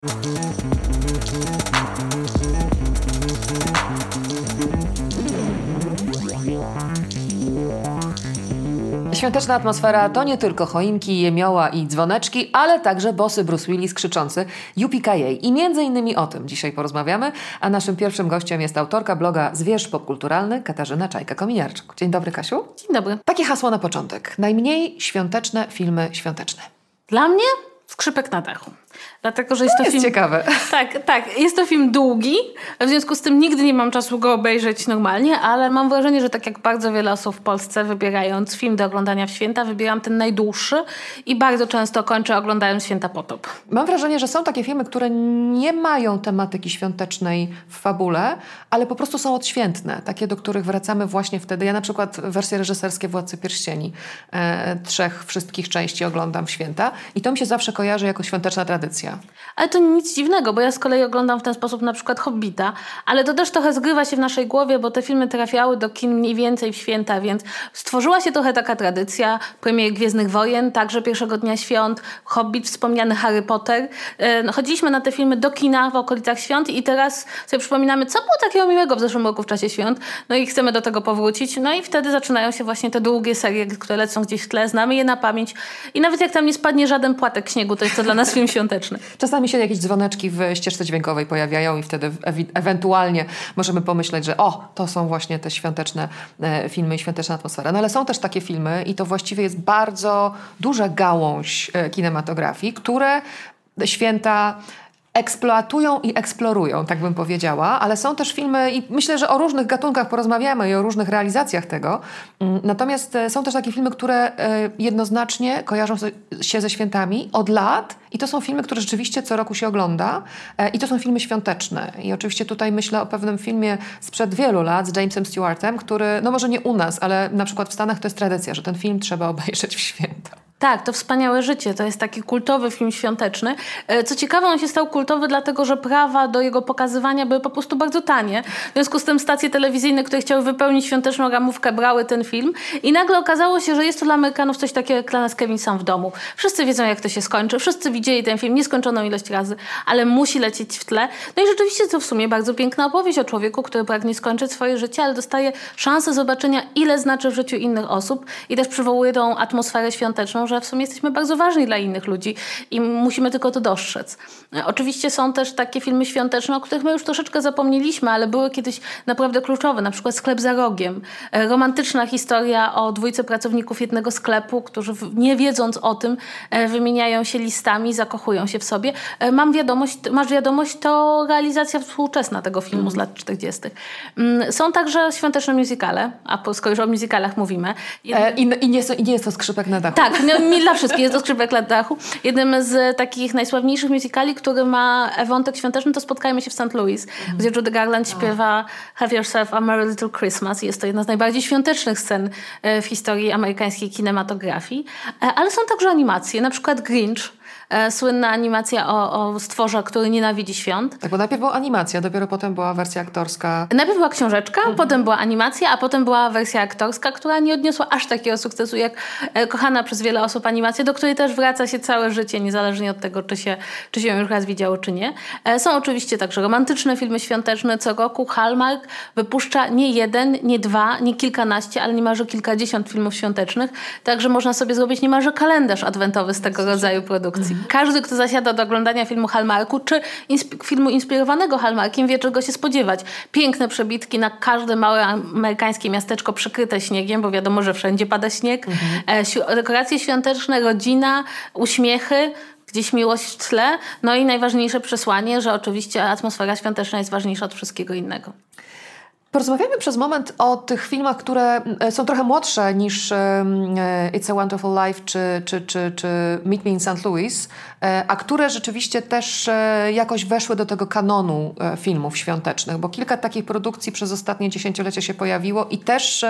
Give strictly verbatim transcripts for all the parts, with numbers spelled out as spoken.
Świąteczna atmosfera to nie tylko choinki, jemioła i dzwoneczki, ale także bossy Bruce Willis krzyczący Yippee-ki-yay. I między innymi o tym dzisiaj porozmawiamy, a naszym pierwszym gościem jest autorka bloga Zwierz Popkulturalny Katarzyna Czajka-Kominiarczuk. Dzień dobry, Kasiu. Dzień dobry. Takie hasło na początek. Najmniej świąteczne filmy świąteczne. Dla mnie Skrzypek na dachu. Dlatego, że jest to, to jest film... ciekawe. Tak, tak. Jest to film długi, w związku z tym nigdy nie mam czasu go obejrzeć normalnie, ale mam wrażenie, że tak jak bardzo wiele osób w Polsce, wybierając film do oglądania w święta, wybieram ten najdłuższy i bardzo często kończę oglądając Święta Potop. Mam wrażenie, że są takie filmy, które nie mają tematyki świątecznej w fabule, ale po prostu są odświętne. Takie, do których wracamy właśnie wtedy. Ja na przykład wersje reżyserskie Władcy Pierścieni e, trzech wszystkich części oglądam w święta i to mi się zawsze kojarzy jako świąteczna tradycja. Ale to nic dziwnego, bo ja z kolei oglądam w ten sposób na przykład Hobbita, ale to też trochę zgrywa się w naszej głowie, bo te filmy trafiały do kin mniej więcej w święta, więc stworzyła się trochę taka tradycja premier Gwiezdnych Wojen, także pierwszego dnia świąt, Hobbit, wspomniany Harry Potter. No, chodziliśmy na te filmy do kina w okolicach świąt i teraz sobie przypominamy, co było takiego miłego w zeszłym roku w czasie świąt, no i chcemy do tego powrócić, no i wtedy zaczynają się właśnie te długie serie, które lecą gdzieś w tle, znamy je na pamięć i nawet jak tam nie spadnie żaden płatek śniegu, to jest to dla nas film świąteczny. Czasami się jakieś dzwoneczki w ścieżce dźwiękowej pojawiają i wtedy ewi- ewentualnie możemy pomyśleć, że o, to są właśnie te świąteczne e, filmy i świąteczna atmosfera. No ale są też takie filmy i to właściwie jest bardzo duża gałąź e, kinematografii, które święta eksploatują i eksplorują, tak bym powiedziała, ale są też filmy i myślę, że o różnych gatunkach porozmawiamy i o różnych realizacjach tego. Natomiast są też takie filmy, które jednoznacznie kojarzą się ze świętami od lat i to są filmy, które rzeczywiście co roku się ogląda i to są filmy świąteczne. I oczywiście tutaj myślę o pewnym filmie sprzed wielu lat z Jamesem Stewartem, który, no może nie u nas, ale na przykład w Stanach to jest tradycja, że ten film trzeba obejrzeć w święta. Tak, to Wspaniałe życie. To jest taki kultowy film świąteczny. Co ciekawe, on się stał kultowy dlatego, że prawa do jego pokazywania były po prostu bardzo tanie. W związku z tym stacje telewizyjne, które chciały wypełnić świąteczną ramówkę, brały ten film i nagle okazało się, że jest to dla Amerykanów coś takiego jak dla nas Kevin sam w domu. Wszyscy wiedzą, jak to się skończy. Wszyscy widzieli ten film nieskończoną ilość razy, ale musi lecieć w tle. No i rzeczywiście to w sumie bardzo piękna opowieść o człowieku, który pragnie skończyć swoje życie, ale dostaje szansę zobaczenia, ile znaczy w życiu innych osób i też przywołuje tą atmosferę świąteczną, że w sumie jesteśmy bardzo ważni dla innych ludzi i musimy tylko to dostrzec. Oczywiście są też takie filmy świąteczne, o których my już troszeczkę zapomnieliśmy, ale były kiedyś naprawdę kluczowe, na przykład Sklep za rogiem. Romantyczna historia o dwójce pracowników jednego sklepu, którzy nie wiedząc o tym wymieniają się listami, zakochują się w sobie. Mam wiadomość, masz wiadomość, to realizacja współczesna tego filmu mm. z lat czterdziestych. Są także świąteczne musicale, a skoro już o musicalach mówimy. Jednym... E, i, i, nie, i nie jest to Skrzypek na dachu. Tak, no, nie dla wszystkich jest to Skrzypek na dachu. Jednym z takich najsławniejszych musicali, który ma wątek świąteczny, to Spotkajmy się w Saint Louis, mm. gdzie Judy Garland śpiewa Have Yourself a Merry Little Christmas. Jest to jedna z najbardziej świątecznych scen w historii amerykańskiej kinematografii. Ale są także animacje, na przykład Grinch. Słynna animacja o, o stworze, który nienawidzi świąt. Tak, bo najpierw była animacja, dopiero potem była wersja aktorska. Najpierw była książeczka, mhm. potem była animacja, a potem była wersja aktorska, która nie odniosła aż takiego sukcesu jak kochana przez wiele osób animacja, do której też wraca się całe życie, niezależnie od tego, czy się, czy się już raz widziało, czy nie. Są oczywiście także romantyczne filmy świąteczne. Co roku Hallmark wypuszcza nie jeden, nie dwa, nie kilkanaście, ale niemalże kilkadziesiąt filmów świątecznych. Także można sobie zrobić niemalże kalendarz adwentowy z tego rodzaju produkcji. Każdy, kto zasiada do oglądania filmu Hallmarku, czy insp- filmu inspirowanego Hallmarkiem, wie, czego się spodziewać. Piękne przebitki na każde małe amerykańskie miasteczko przykryte śniegiem, bo wiadomo, że wszędzie pada śnieg. Mhm. E, dekoracje świąteczne, rodzina, uśmiechy, gdzieś miłość w tle. No i najważniejsze przesłanie, że oczywiście atmosfera świąteczna jest ważniejsza od wszystkiego innego. Porozmawiamy przez moment o tych filmach, które są trochę młodsze niż It's a Wonderful Life czy, czy, czy, czy Meet Me in Saint Louis, a które rzeczywiście też jakoś weszły do tego kanonu filmów świątecznych, bo kilka takich produkcji przez ostatnie dziesięciolecie się pojawiło i też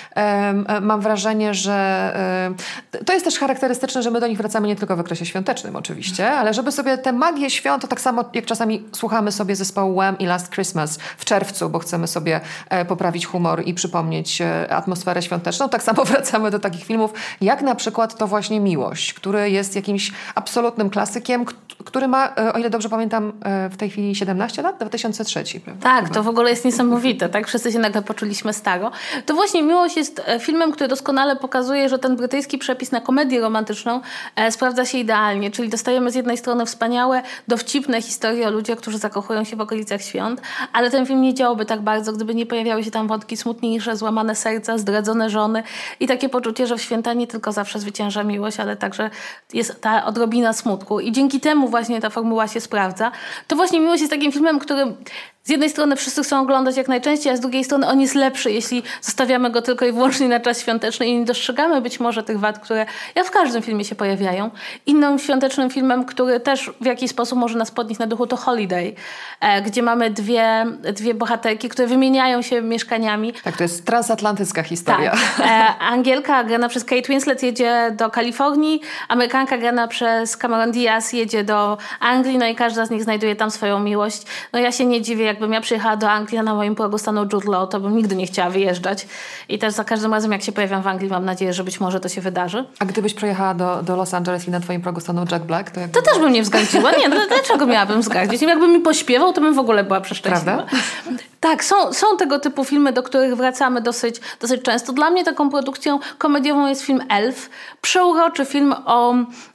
mam wrażenie, że to jest też charakterystyczne, że my do nich wracamy nie tylko w okresie świątecznym oczywiście, ale żeby sobie tę magię świąt, to tak samo jak czasami słuchamy sobie zespołu Wham i Last Christmas w czerwcu, bo chcemy sobie poprawić humor i przypomnieć atmosferę świąteczną. Tak samo wracamy do takich filmów, jak na przykład to właśnie Miłość, który jest jakimś absolutnym klasykiem, który ma, o ile dobrze pamiętam, w tej chwili siedemnaście lat? dwa tysiące trzeci, prawda? Tak, to w ogóle jest niesamowite, tak? Wszyscy się nagle poczuliśmy staro. To właśnie Miłość jest filmem, który doskonale pokazuje, że ten brytyjski przepis na komedię romantyczną e, sprawdza się idealnie, czyli dostajemy z jednej strony wspaniałe, dowcipne historie o ludziach, którzy zakochują się w okolicach świąt, ale ten film nie działałby tak bardzo, gdyby nie pojawiały się tam wątki smutniejsze, złamane serca, zdradzone żony i takie poczucie, że w święta nie tylko zawsze zwycięża miłość, ale także jest ta odrobina smutku i dzięki temu właśnie ta formuła się sprawdza. To właśnie Miłość jest takim filmem, który z jednej strony wszyscy chcą oglądać jak najczęściej, a z drugiej strony on jest lepszy, jeśli zostawiamy go tylko i wyłącznie na czas świąteczny i nie dostrzegamy być może tych wad, które jak w każdym filmie się pojawiają. Innym świątecznym filmem, który też w jakiś sposób może nas podnieść na duchu, to Holiday, e, gdzie mamy dwie, dwie bohaterki, które wymieniają się mieszkaniami. Tak, to jest transatlantycka historia. Tak. E, Angielka grana przez Kate Winslet jedzie do Kalifornii, Amerykanka grana przez Cameron Diaz jedzie do Anglii, no i każda z nich znajduje tam swoją miłość. No ja się nie dziwię, jak Jakbym ja przyjechała do Anglii, a na moim progu stanął Jude Law, to bym nigdy nie chciała wyjeżdżać. I też za każdym razem, jak się pojawiam w Anglii, mam nadzieję, że być może to się wydarzy. A gdybyś przyjechała do, do Los Angeles i na twoim progu stanął Jack Black, to jak To też bym nie wzgardziła. Nie, no dlaczego miałabym wzgardzić? Jakby mi pośpiewał, to bym w ogóle była przeszczęśliwa. Prawda? Tak, są, są tego typu filmy, do których wracamy dosyć, dosyć często. Dla mnie taką produkcją komediową jest film Elf. Przeuroczy film o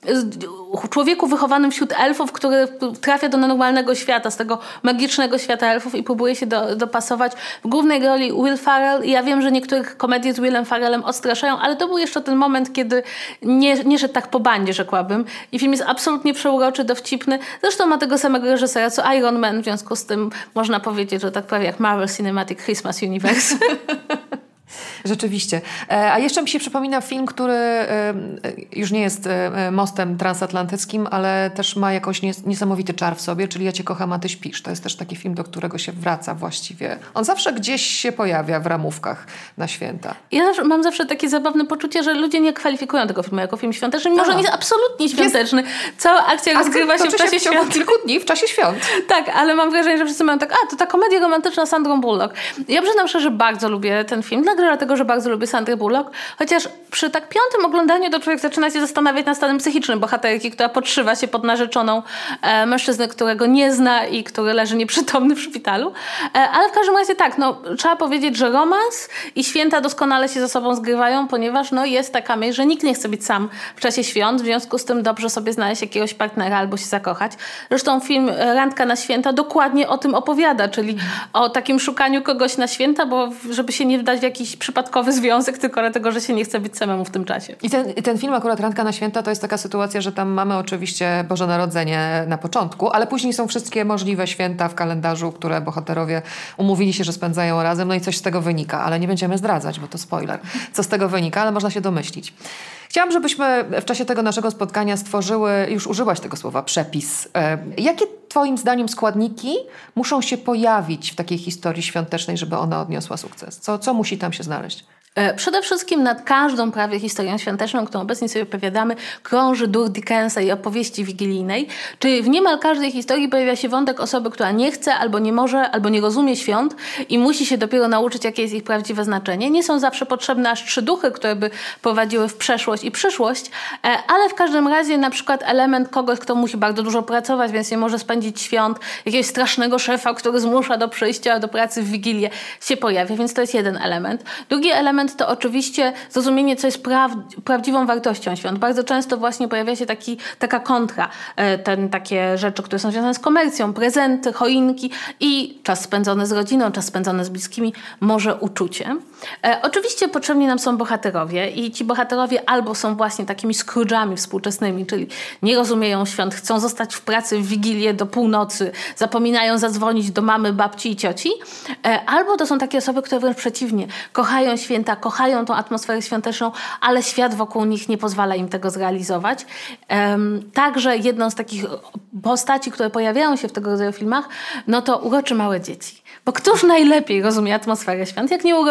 człowieku wychowanym wśród elfów, który trafia do normalnego świata, z tego magicznego świata elfów i próbuje się do, dopasować. W głównej roli Will Ferrell. I ja wiem, że niektórych komedie z Willem Ferrellem odstraszają, ale to był jeszcze ten moment, kiedy nie, nie szedł tak po bandzie, rzekłabym. I film jest absolutnie przeuroczy, dowcipny. Zresztą ma tego samego reżysera, co Iron Man, w związku z tym można powiedzieć, że tak prawie jak Marvel Cinematic Christmas Universe. Rzeczywiście. A jeszcze mi się przypomina film, który już nie jest mostem transatlantyckim, ale też ma jakoś niesamowity czar w sobie, czyli Ja cię kocham, a ty śpisz. To jest też taki film, do którego się wraca właściwie. On zawsze gdzieś się pojawia w ramówkach na święta. Ja mam zawsze takie zabawne poczucie, że ludzie nie kwalifikują tego filmu jako film świąteczny, mimo że on jest absolutnie świąteczny. Jest... Cała akcja rozgrywa się w czasie się w świąt. kilku dni w czasie świąt. Tak, ale mam wrażenie, że wszyscy mają tak, a to ta komedia romantyczna z Sandrą Bullock. Ja przyznam szczerze, że bardzo lubię ten film, dlatego, że bardzo lubię Sandrę Bullock, chociaż przy tak piątym oglądaniu to człowiek zaczyna się zastanawiać nad stanem psychicznym bohaterki, która podszywa się pod narzeczoną e, mężczyzny, którego nie zna i który leży nieprzytomny w szpitalu. E, ale w każdym razie tak, no, trzeba powiedzieć, że romans i święta doskonale się ze sobą zgrywają, ponieważ no, jest taka myśl, że nikt nie chce być sam w czasie świąt, w związku z tym dobrze sobie znaleźć jakiegoś partnera albo się zakochać. Zresztą film Randka na święta dokładnie o tym opowiada, czyli o takim szukaniu kogoś na święta, bo żeby się nie wdać w jakiś przypadkowy związek, tylko dlatego, że się nie chce być samemu w tym czasie. I ten, ten film akurat Randka na święta to jest taka sytuacja, że tam mamy oczywiście Boże Narodzenie na początku, ale później są wszystkie możliwe święta w kalendarzu, które bohaterowie umówili się, że spędzają razem, no i coś z tego wynika, ale nie będziemy zdradzać, bo to spoiler, co z tego wynika, ale można się domyślić. Chciałam, żebyśmy w czasie tego naszego spotkania stworzyły, już użyłaś tego słowa, przepis. Jakie twoim zdaniem składniki muszą się pojawić w takiej historii świątecznej, żeby ona odniosła sukces? Co, co musi tam się znaleźć? Przede wszystkim nad każdą prawie historią świąteczną, którą obecnie sobie opowiadamy, krąży duch Dickensa i opowieści wigilijnej. Czyli w niemal każdej historii pojawia się wątek osoby, która nie chce, albo nie może, albo nie rozumie świąt i musi się dopiero nauczyć, jakie jest ich prawdziwe znaczenie. Nie są zawsze potrzebne aż trzy duchy, które by prowadziły w przeszłość i przyszłość, ale w każdym razie na przykład element kogoś, kto musi bardzo dużo pracować, więc nie może spędzić świąt, jakiegoś strasznego szefa, który zmusza do przyjścia do pracy w Wigilię, się pojawia, więc to jest jeden element. Drugi element to oczywiście zrozumienie, co jest pra- prawdziwą wartością świąt. Bardzo często właśnie pojawia się taki, taka kontra, ten, takie rzeczy, które są związane z komercją, prezenty, choinki i czas spędzony z rodziną, czas spędzony z bliskimi, może uczucie. E, oczywiście potrzebni nam są bohaterowie i ci bohaterowie albo są właśnie takimi Scrooge'ami współczesnymi, czyli nie rozumieją świąt, chcą zostać w pracy w Wigilię do północy, zapominają zadzwonić do mamy, babci i cioci, e, albo to są takie osoby, które wręcz przeciwnie, kochają święta, kochają tą atmosferę świąteczną, ale świat wokół nich nie pozwala im tego zrealizować. Um, także jedną z takich postaci, które pojawiają się w tego rodzaju filmach, no to uroczy małe dzieci. Bo któż najlepiej rozumie atmosferę świąt, jak nie uroczy małe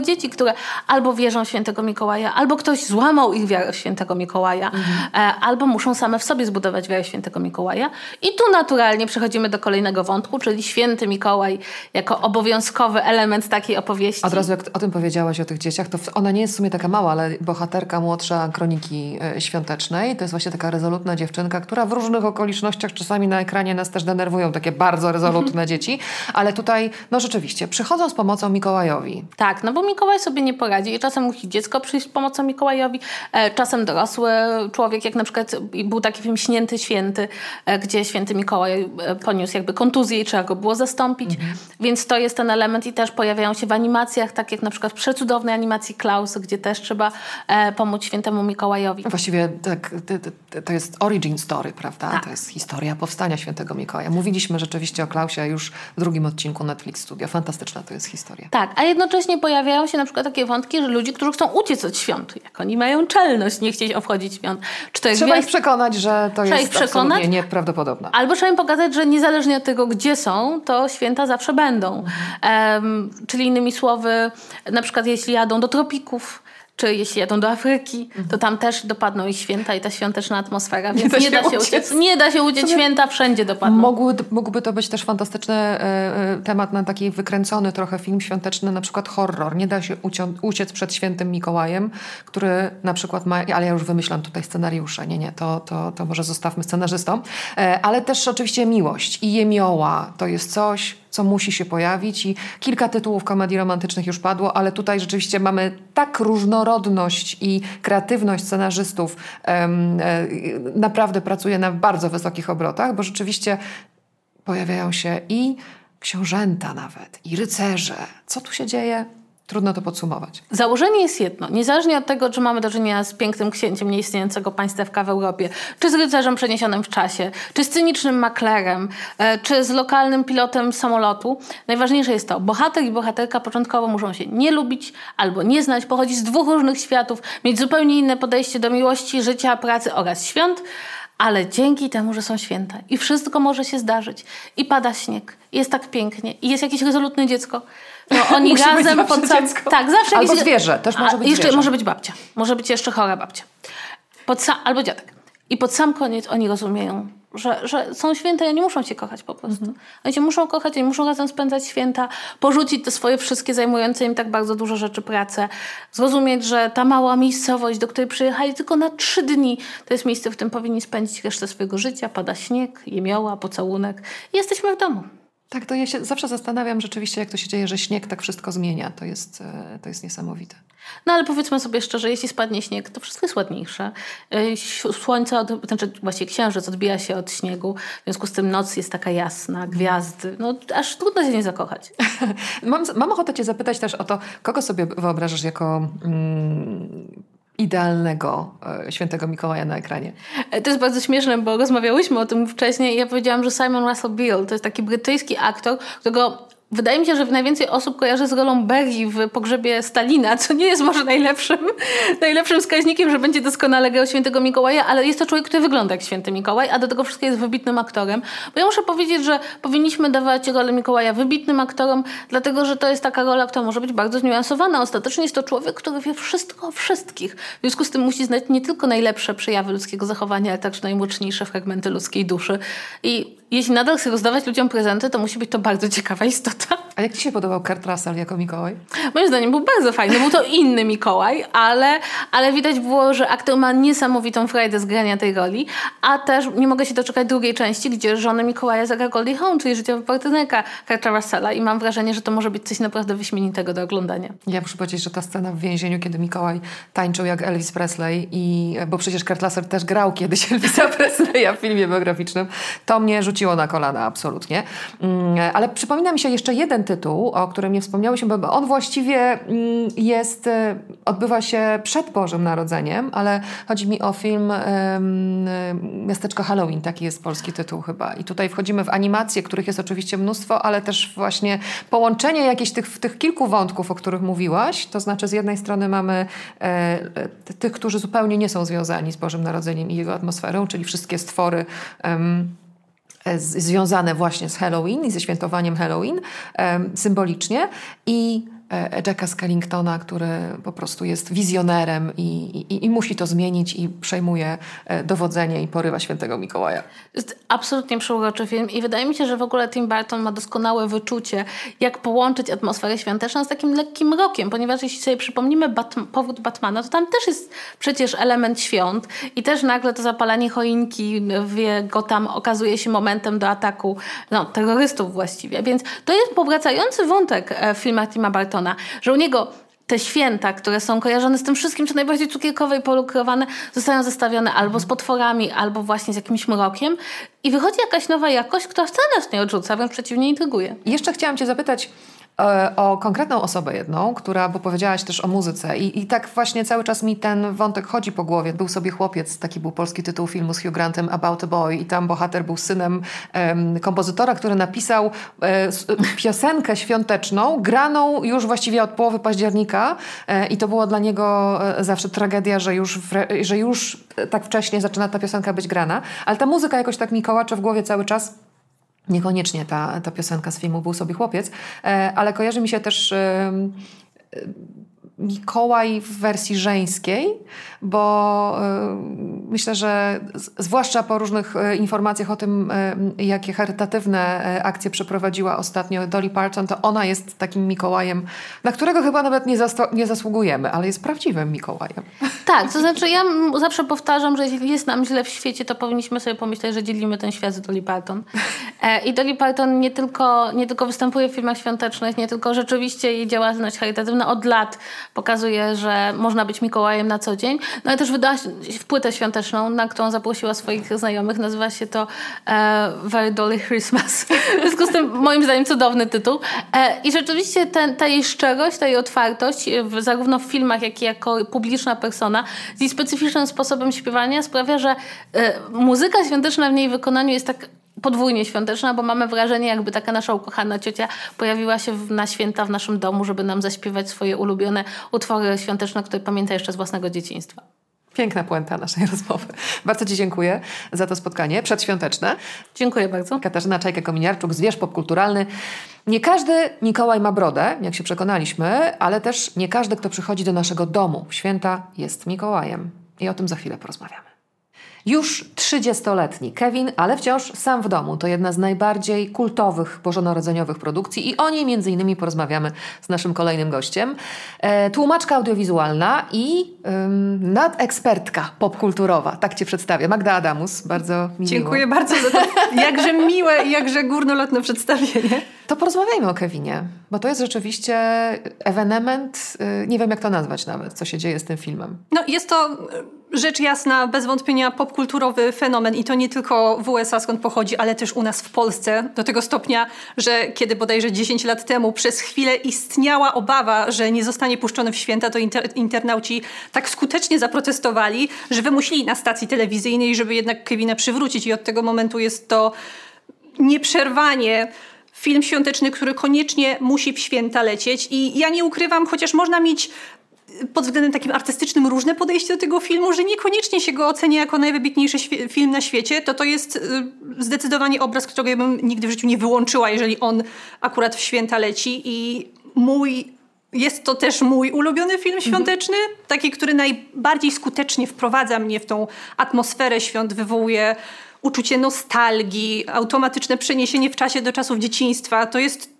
dzieci, które albo wierzą w świętego Mikołaja, albo ktoś złamał ich wiarę w świętego Mikołaja, mhm. albo muszą same w sobie zbudować wiarę w świętego Mikołaja. I tu naturalnie przechodzimy do kolejnego wątku, czyli święty Mikołaj jako obowiązkowy element takiej opowieści. Od razu jak o tym powiedziałaś, o tych dzieciach, to ona nie jest w sumie taka mała, ale bohaterka młodsza Kroniki Świątecznej to jest właśnie taka rezolutna dziewczynka, która w różnych okolicznościach czasami na ekranie nas też denerwują, takie bardzo rezolutne dzieci, ale tutaj, no rzeczywiście, przychodzą z pomocą Mikołajowi. Tak, no bo Mikołaj sobie nie poradzi i czasem musi dziecko przyjść z pomocą Mikołajowi, e, czasem dorosły człowiek, jak na przykład był taki film Śnięty Święty, e, gdzie święty Mikołaj e, poniósł jakby kontuzję i trzeba go było zastąpić, mhm. więc to jest ten element i też pojawiają się w animacjach, tak jak na przykład w przecudownej animacji Klaus, gdzie też trzeba e, pomóc świętemu Mikołajowi. Właściwie tak, to jest origin story, prawda? Tak. To jest historia powstania świętego Mikołaja. Mówiliśmy rzeczywiście o Klausie już w drugim odcinku Netflix Studio. Fantastyczna to jest historia. Tak, a jednocześnie pojawiają się na przykład takie wątki, że ludzie, którzy chcą uciec od świąt, jak oni mają czelność nie chcieć obchodzić świąt. Czy to trzeba ich przekonać, że to trzeba jest absolutnie nieprawdopodobne. Albo trzeba im pokazać, że niezależnie od tego, gdzie są, to święta zawsze będą. Mhm. Um, czyli innymi słowy, na przykład jeśli jadą do tropików, czy jeśli jadą do Afryki, mhm. to tam też dopadną ich święta i ta świąteczna atmosfera, więc nie da, nie da się uciec. uciec. Nie da się uciec, święta wszędzie dopadną. Mógłby, mógłby to być też fantastyczny e, temat na taki wykręcony trochę film świąteczny, na przykład horror. Nie da się ucią- uciec przed świętym Mikołajem, który na przykład ma, ale ja już wymyślam tutaj scenariusze. Nie, nie, to, to, to może zostawmy scenarzystom. E, ale też oczywiście miłość i jemioła to jest coś, co musi się pojawić i kilka tytułów komedii romantycznych już padło, ale tutaj rzeczywiście mamy tak różnorodność i kreatywność scenarzystów um, e, naprawdę pracuje na bardzo wysokich obrotach, bo rzeczywiście pojawiają się i książęta nawet, i rycerze. Co tu się dzieje? Trudno to podsumować. Założenie jest jedno. Niezależnie od tego, czy mamy do czynienia z pięknym księciem nieistniejącego państewka w Europie, czy z rycerzem przeniesionym w czasie, czy z cynicznym maklerem, czy z lokalnym pilotem samolotu, najważniejsze jest to, bohater i bohaterka początkowo muszą się nie lubić albo nie znać, pochodzić z dwóch różnych światów, mieć zupełnie inne podejście do miłości, życia, pracy oraz świąt, ale dzięki temu, że są święta i wszystko może się zdarzyć i pada śnieg, i jest tak pięknie i jest jakieś rezolutne dziecko, no oni Musi razem być pod sam... tak, zawsze albo jakieś... zwierzę, też może być jeszcze zwierzę. Może być babcia, może być jeszcze chora babcia. Pod sam... Albo dziadek. I pod sam koniec oni rozumieją, że, że są święta i oni muszą się kochać po prostu. Mhm. Oni się muszą kochać, oni muszą razem spędzać święta, porzucić te swoje wszystkie zajmujące im tak bardzo dużo rzeczy prace, zrozumieć, że ta mała miejscowość, do której przyjechali tylko na trzy dni, to jest miejsce, w którym powinni spędzić resztę swojego życia. Pada śnieg, jemioła, pocałunek i jesteśmy w domu. Tak, to ja się zawsze zastanawiam rzeczywiście, jak to się dzieje, że śnieg tak wszystko zmienia. To jest, to jest niesamowite. No ale powiedzmy sobie szczerze, jeśli spadnie śnieg, to wszystko jest ładniejsze. Słońce, od, znaczy właściwie księżyc odbija się od śniegu, w związku z tym noc jest taka jasna, gwiazdy. No aż trudno się nie zakochać. mam, mam ochotę cię zapytać też o to, kogo sobie wyobrażasz jako... Mm, idealnego e, świętego Mikołaja na ekranie. To jest bardzo śmieszne, bo rozmawiałyśmy o tym wcześniej i ja powiedziałam, że Simon Russell Beale to jest taki brytyjski aktor, którego wydaje mi się, że najwięcej osób kojarzy z rolą Berry w Pogrzebie Stalina, co nie jest może najlepszym, najlepszym wskaźnikiem, że będzie doskonale grał świętego Mikołaja, ale jest to człowiek, który wygląda jak święty Mikołaj, a do tego wszystkiego jest wybitnym aktorem. Bo ja muszę powiedzieć, że powinniśmy dawać rolę Mikołaja wybitnym aktorom, dlatego, że to jest taka rola, która może być bardzo zniuansowana. Ostatecznie jest to człowiek, który wie wszystko o wszystkich. W związku z tym musi znać nie tylko najlepsze przejawy ludzkiego zachowania, ale także najmroczniejsze fragmenty ludzkiej duszy. I jeśli nadal chce rozdawać ludziom prezenty, to musi być to bardzo ciekawa istota. A jak ci się podobał Kurt Russell jako Mikołaj? Moim zdaniem był bardzo fajny. Był to inny Mikołaj, ale, ale widać było, że aktor ma niesamowitą frajdę z grania tej roli, a też nie mogę się doczekać drugiej części, gdzie żonę Mikołaja zagra Goldie Hawn, czyli życiowa partnerka Kurta Russella i mam wrażenie, że to może być coś naprawdę wyśmienitego do oglądania. Ja muszę powiedzieć, że ta scena w więzieniu, kiedy Mikołaj tańczył jak Elvis Presley i, bo przecież Kurt Russell też grał kiedyś Elvisa Presleya w filmie biograficznym, to mnie rzuciło na kolana absolutnie. Ale przypomina mi się jeszcze jeden tytuł, o którym nie wspomniałyśmy, bo on właściwie jest, odbywa się przed Bożym Narodzeniem, ale chodzi mi o film um, Miasteczko Halloween, taki jest polski tytuł chyba. I tutaj wchodzimy w animacje, których jest oczywiście mnóstwo, ale też właśnie połączenie jakichś tych, tych kilku wątków, o których mówiłaś, to znaczy z jednej strony mamy e, tych, którzy zupełnie nie są związani z Bożym Narodzeniem i jego atmosferą, czyli wszystkie stwory um, związane właśnie z Halloween i ze świętowaniem Halloween um, symbolicznie i Jacka Skellingtona, który po prostu jest wizjonerem i, i, i musi to zmienić i przejmuje dowodzenie i porywa świętego Mikołaja. Jest absolutnie przeuroczy film i wydaje mi się, że w ogóle Tim Burton ma doskonałe wyczucie, jak połączyć atmosferę świąteczną z takim lekkim mrokiem, ponieważ jeśli sobie przypomnimy Bat- powrót Batmana, to tam też jest przecież element świąt i też nagle to zapalanie choinki w jego tam okazuje się momentem do ataku no, terrorystów właściwie, więc to jest powracający wątek w filmach Tima Burtona, że u niego te święta, które są kojarzone z tym wszystkim, co najbardziej cukierkowe i polukrowane, zostają zestawione albo z potworami, albo właśnie z jakimś mrokiem i wychodzi jakaś nowa jakość, która wcale nas nie odrzuca, wręcz przeciwnie intryguje. I jeszcze chciałam cię zapytać o konkretną osobę jedną, która, bo powiedziałaś też o muzyce i, i tak właśnie cały czas mi ten wątek chodzi po głowie. Był sobie chłopiec, taki był polski tytuł filmu z Hugh Grantem, About a Boy i tam bohater był synem um, kompozytora, który napisał e, piosenkę świąteczną, graną już właściwie od połowy października e, i to było dla niego e, zawsze tragedia, że już, w, że już tak wcześnie zaczyna ta piosenka być grana, ale ta muzyka jakoś tak mi kołacze w głowie cały czas. Niekoniecznie ta, ta piosenka z filmu Był sobie chłopiec, ale kojarzy mi się też Mikołaj w wersji żeńskiej, bo myślę, że zwłaszcza po różnych informacjach o tym, jakie charytatywne akcje przeprowadziła ostatnio Dolly Parton, to ona jest takim Mikołajem, na którego chyba nawet nie, zas- nie zasługujemy, ale jest prawdziwym Mikołajem. Tak, to znaczy ja zawsze powtarzam, że jeśli jest nam źle w świecie, to powinniśmy sobie pomyśleć, że dzielimy ten świat z Dolly Parton. I Dolly Parton nie tylko, nie tylko występuje w filmach świątecznych, nie tylko rzeczywiście jej działalność charytatywna od lat pokazuje, że można być Mikołajem na co dzień, no ale też wydała płytę świąteczną, na którą zaprosiła swoich znajomych. Nazywa się to e, Very Dolly Christmas. W związku z tym moim zdaniem cudowny tytuł. E, I rzeczywiście ten, ta jej szczerość, ta jej otwartość, w, zarówno w filmach, jak i jako publiczna persona, z jej specyficznym sposobem śpiewania sprawia, że e, muzyka świąteczna w niej wykonaniu jest tak podwójnie świąteczna, bo mamy wrażenie, jakby taka nasza ukochana ciocia pojawiła się w, na święta w naszym domu, żeby nam zaśpiewać swoje ulubione utwory świąteczne, które pamięta jeszcze z własnego dzieciństwa. Piękna puenta naszej rozmowy. Bardzo ci dziękuję za to spotkanie przedświąteczne. Dziękuję bardzo. Katarzyna Czajka-Kominiarczuk, Zwierz Popkulturalny. Nie każdy Mikołaj ma brodę, jak się przekonaliśmy, ale też nie każdy, kto przychodzi do naszego domu w święta, jest Mikołajem. I o tym za chwilę porozmawiamy. Już trzydziestoletni Kevin, ale wciąż sam w domu. To jedna z najbardziej kultowych bożonarodzeniowych produkcji i o niej między innymi porozmawiamy z naszym kolejnym gościem. E, tłumaczka audiowizualna i ym, nadekspertka popkulturowa. Tak cię przedstawię. Magda Adamus, bardzo mi Dziękuję miło. bardzo za to jakże miłe i jakże górnolotne przedstawienie. To porozmawiajmy o Kevinie, bo to jest rzeczywiście ewenement, yy, nie wiem jak to nazwać nawet, co się dzieje z tym filmem. No jest to rzecz jasna, bez wątpienia popkulturowy fenomen i to nie tylko w U S A skąd pochodzi, ale też u nas w Polsce. Do tego stopnia, że kiedy bodajże dziesięć lat temu przez chwilę istniała obawa, że nie zostanie puszczony w święta, to inter- internauci tak skutecznie zaprotestowali, że wymusili na stacji telewizyjnej, żeby jednak Kevina przywrócić i od tego momentu jest to nieprzerwanie film świąteczny, który koniecznie musi w święta lecieć i ja nie ukrywam, chociaż można mieć pod względem takim artystycznym różne podejście do tego filmu, że niekoniecznie się go ocenia jako najwybitniejszy świe- film na świecie, to to jest y, zdecydowanie obraz, którego ja bym nigdy w życiu nie wyłączyła, jeżeli on akurat w święta leci i mój... Jest to też mój ulubiony film świąteczny, mhm. taki, który najbardziej skutecznie wprowadza mnie w tą atmosferę świąt, wywołuje uczucie nostalgii, automatyczne przeniesienie w czasie do czasów dzieciństwa. To jest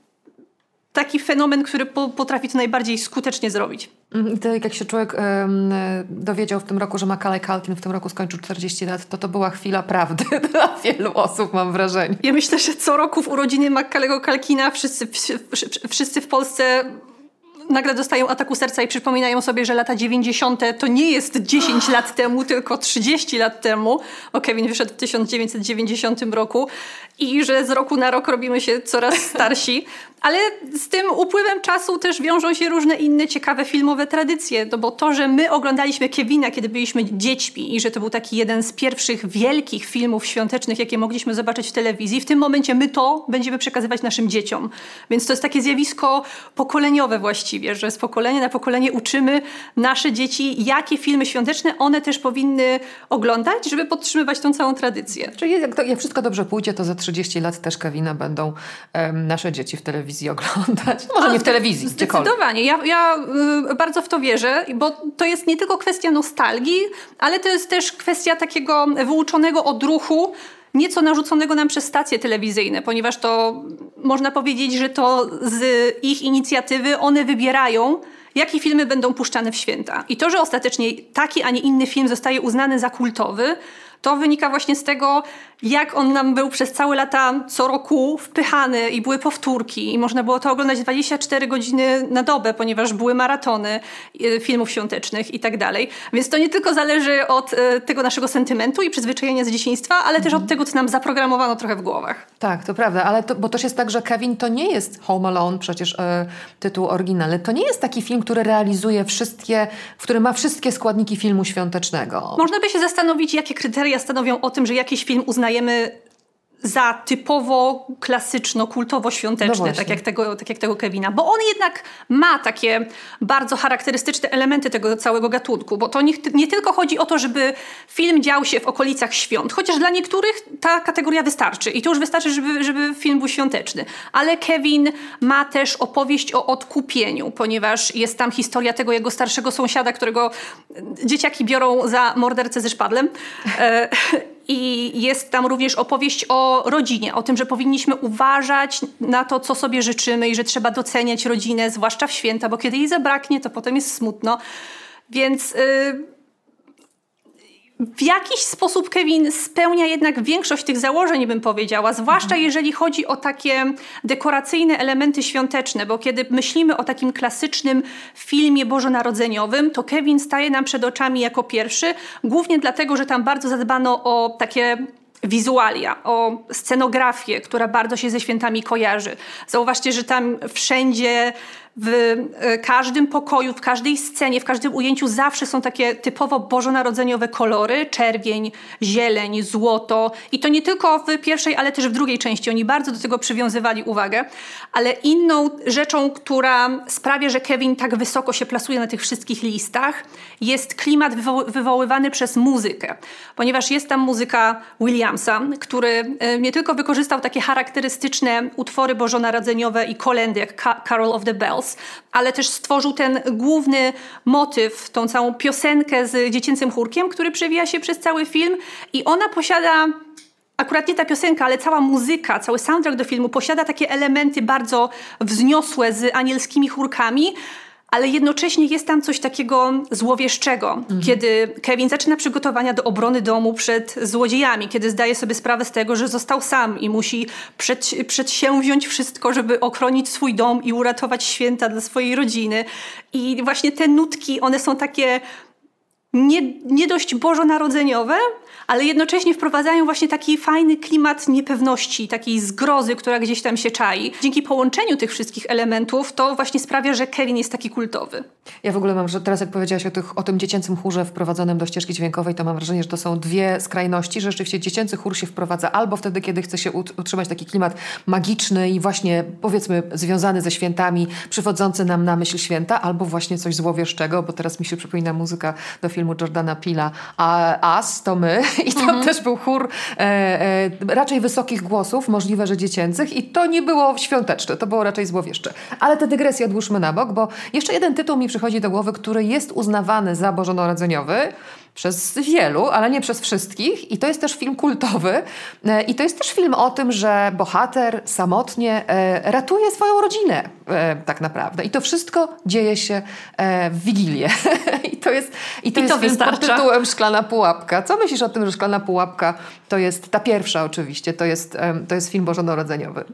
taki fenomen, który po, potrafi to najbardziej skutecznie zrobić. I to jak się człowiek um, dowiedział w tym roku, że Macaulay Culkin w tym roku skończył czterdzieści lat, to to była chwila prawdy dla wielu osób, mam wrażenie. Ja myślę, że co roku w urodziny Macaulay'ego Culkina wszyscy, wszyscy w Polsce nagle dostają ataku serca i przypominają sobie, że lata dziewięćdziesiąte to nie jest dziesięć lat temu, tylko trzydzieści lat temu, bo Kevin wyszedł w tysiąc dziewięćset dziewięćdziesiątym roku i że z roku na rok robimy się coraz starsi. Ale z tym upływem czasu też wiążą się różne inne ciekawe filmowe tradycje, no bo to, że my oglądaliśmy Kevina, kiedy byliśmy dziećmi i że to był taki jeden z pierwszych wielkich filmów świątecznych, jakie mogliśmy zobaczyć w telewizji, w tym momencie my to będziemy przekazywać naszym dzieciom. Więc to jest takie zjawisko pokoleniowe właściwie, że z pokolenia na pokolenie uczymy nasze dzieci, jakie filmy świąteczne one też powinny oglądać, żeby podtrzymywać tą całą tradycję. Czyli jak, to, jak wszystko dobrze pójdzie, to za trzydzieści lat też Kevina będą um, nasze dzieci w telewizji oglądać. Może A, nie w telewizji, zdecydowanie. Ja, ja y, bardzo w to wierzę, bo to jest nie tylko kwestia nostalgii, ale to jest też kwestia takiego wyuczonego odruchu, nieco narzuconego nam przez stacje telewizyjne, ponieważ to można powiedzieć, że to z ich inicjatywy one wybierają, jakie filmy będą puszczane w święta. I to, że ostatecznie taki, a nie inny film zostaje uznany za kultowy, to wynika właśnie z tego, jak on nam był przez całe lata co roku wpychany i były powtórki i można było to oglądać dwadzieścia cztery godziny na dobę, ponieważ były maratony filmów świątecznych i tak dalej. Więc to nie tylko zależy od tego naszego sentymentu i przyzwyczajenia z dzieciństwa, ale mhm. też od tego, co nam zaprogramowano trochę w głowach. Tak, to prawda, ale to, bo też jest tak, że Kevin to nie jest Home Alone, przecież e, tytuł oryginalny. To nie jest taki film, który realizuje wszystkie, który ma wszystkie składniki filmu świątecznego. Można by się zastanowić, jakie kryteria stanowią o tym, że jakiś film uznajemy za typowo klasyczno-kultowo-świąteczny, no tak, jak tego, tak jak tego Kevina. Bo on jednak ma takie bardzo charakterystyczne elementy tego całego gatunku. Bo to nie, nie tylko chodzi o to, żeby film dział się w okolicach świąt. Chociaż dla niektórych ta kategoria wystarczy. I to już wystarczy, żeby, żeby film był świąteczny. Ale Kevin ma też opowieść o odkupieniu, ponieważ jest tam historia tego jego starszego sąsiada, którego dzieciaki biorą za mordercę ze szpadlem. I jest tam również opowieść o rodzinie, o tym, że powinniśmy uważać na to, co sobie życzymy i że trzeba doceniać rodzinę, zwłaszcza w święta, bo kiedy jej zabraknie, to potem jest smutno. Więc yy, w jakiś sposób Kevin spełnia jednak większość tych założeń, bym powiedziała, zwłaszcza jeżeli chodzi o takie dekoracyjne elementy świąteczne, bo kiedy myślimy o takim klasycznym filmie bożonarodzeniowym, to Kevin staje nam przed oczami jako pierwszy, głównie dlatego, że tam bardzo zadbano o takie wizualia, o scenografię, która bardzo się ze świętami kojarzy. Zauważcie, że tam wszędzie, w każdym pokoju, w każdej scenie, w każdym ujęciu zawsze są takie typowo bożonarodzeniowe kolory. Czerwień, zieleń, złoto. I to nie tylko w pierwszej, ale też w drugiej części. Oni bardzo do tego przywiązywali uwagę. Ale inną rzeczą, która sprawia, że Kevin tak wysoko się plasuje na tych wszystkich listach, jest klimat wywo- wywoływany przez muzykę. Ponieważ jest tam muzyka Williamsa, który nie tylko wykorzystał takie charakterystyczne utwory bożonarodzeniowe i kolędy, jak Carol of the Bells, ale też stworzył ten główny motyw, tą całą piosenkę z dziecięcym chórkiem, który przewija się przez cały film i ona posiada, akurat nie ta piosenka, ale cała muzyka, cały soundtrack do filmu posiada takie elementy bardzo wzniosłe z anielskimi chórkami, ale jednocześnie jest tam coś takiego złowieszczego, mhm. kiedy Kevin zaczyna przygotowania do obrony domu przed złodziejami, kiedy zdaje sobie sprawę z tego, że został sam i musi przed, przedsięwziąć wszystko, żeby ochronić swój dom i uratować święta dla swojej rodziny. I właśnie te nutki, one są takie nie, nie dość bożonarodzeniowe, ale jednocześnie wprowadzają właśnie taki fajny klimat niepewności, takiej zgrozy, która gdzieś tam się czai. Dzięki połączeniu tych wszystkich elementów to właśnie sprawia, że Kevin jest taki kultowy. Ja w ogóle mam, że teraz jak powiedziałaś o, tych, o tym dziecięcym chórze wprowadzonym do ścieżki dźwiękowej, to mam wrażenie, że to są dwie skrajności, że rzeczywiście dziecięcy chór się wprowadza albo wtedy, kiedy chce się utrzymać taki klimat magiczny i właśnie powiedzmy związany ze świętami, przywodzący nam na myśl święta, albo właśnie coś złowieszczego, bo teraz mi się przypomina muzyka do filmu Jordana Peela, a Us to my. I tam mhm. też był chór e, e, raczej wysokich głosów, możliwe, że dziecięcych i to nie było świąteczne, to było raczej złowieszcze. Ale tę dygresję odłóżmy na bok, bo jeszcze jeden tytuł mi przychodzi do głowy, który jest uznawany za bożonarodzeniowy przez wielu, ale nie przez wszystkich i to jest też film kultowy e, i to jest też film o tym, że bohater samotnie e, ratuje swoją rodzinę e, tak naprawdę i to wszystko dzieje się e, w Wigilię. I to jest, i to I jest to film wystarcza. pod tytułem Szklana pułapka. Co myślisz o tym, że Szklana pułapka to jest ta pierwsza oczywiście, to jest, e, to jest film bożonarodzeniowy?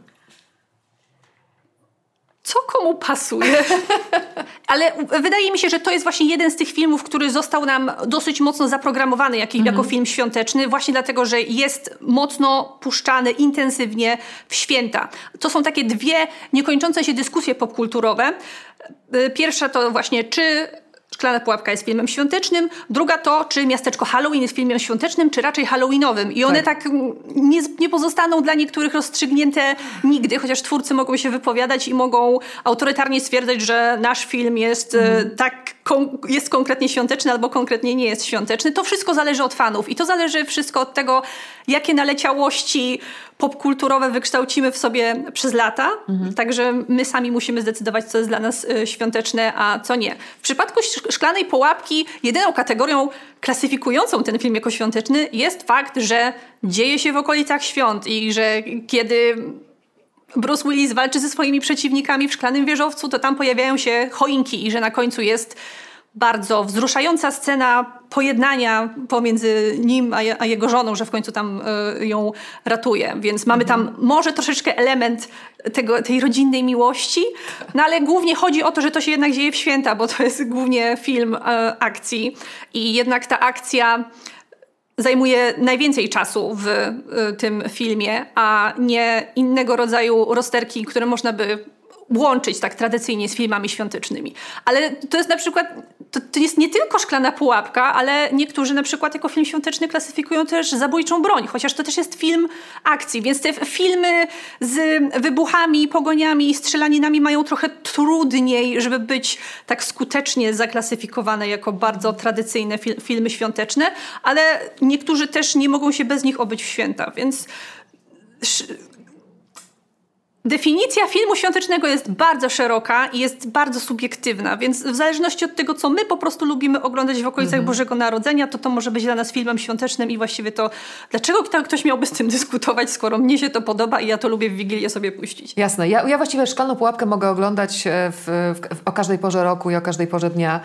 Co komu pasuje? Ale wydaje mi się, że to jest właśnie jeden z tych filmów, który został nam dosyć mocno zaprogramowany jak, mm-hmm. jako film świąteczny, właśnie dlatego, że jest mocno puszczany intensywnie w święta. To są takie dwie niekończące się dyskusje popkulturowe. Pierwsza to właśnie, czy Szklana pułapka jest filmem świątecznym, druga to, czy Miasteczko Halloween jest filmem świątecznym, czy raczej halloweenowym. I one tak, tak nie, nie pozostaną dla niektórych rozstrzygnięte nigdy, chociaż twórcy mogą się wypowiadać i mogą autorytarnie stwierdzać, że nasz film jest mm. tak kon- jest konkretnie świąteczny albo konkretnie nie jest świąteczny. To wszystko zależy od fanów i to zależy wszystko od tego, jakie naleciałości popkulturowe wykształcimy w sobie przez lata. Mhm. Także my sami musimy zdecydować, co jest dla nas y, świąteczne, a co nie. W przypadku Szklanej Pułapki jedyną kategorią klasyfikującą ten film jako świąteczny jest fakt, że dzieje się w okolicach świąt i że kiedy Bruce Willis walczy ze swoimi przeciwnikami w Szklanym Wieżowcu, to tam pojawiają się choinki i że na końcu jest bardzo wzruszająca scena pojednania pomiędzy nim a, je, a jego żoną, że w końcu tam y, ją ratuje. Więc mamy tam może troszeczkę element tego, tej rodzinnej miłości, no ale głównie chodzi o to, że to się jednak dzieje w święta, bo to jest głównie film y, akcji i jednak ta akcja zajmuje najwięcej czasu w y, tym filmie, a nie innego rodzaju rozterki, które można by łączyć tak tradycyjnie z filmami świątecznymi. Ale to jest na przykład, to, to jest nie tylko Szklana Pułapka, ale niektórzy na przykład jako film świąteczny klasyfikują też Zabójczą broń, chociaż to też jest film akcji, więc te filmy z wybuchami, pogoniami i strzelaninami mają trochę trudniej, żeby być tak skutecznie zaklasyfikowane jako bardzo tradycyjne fil- filmy świąteczne, ale niektórzy też nie mogą się bez nich obyć w święta, więc definicja filmu świątecznego jest bardzo szeroka i jest bardzo subiektywna, więc w zależności od tego, co my po prostu lubimy oglądać w okolicach mm. Bożego Narodzenia, to to może być dla nas filmem świątecznym i właściwie to dlaczego ktoś miałby z tym dyskutować, skoro mnie się to podoba i ja to lubię w Wigilię sobie puścić. Jasne. Ja, ja właściwie Szklaną Pułapkę mogę oglądać w, w, w, o każdej porze roku i o każdej porze dnia,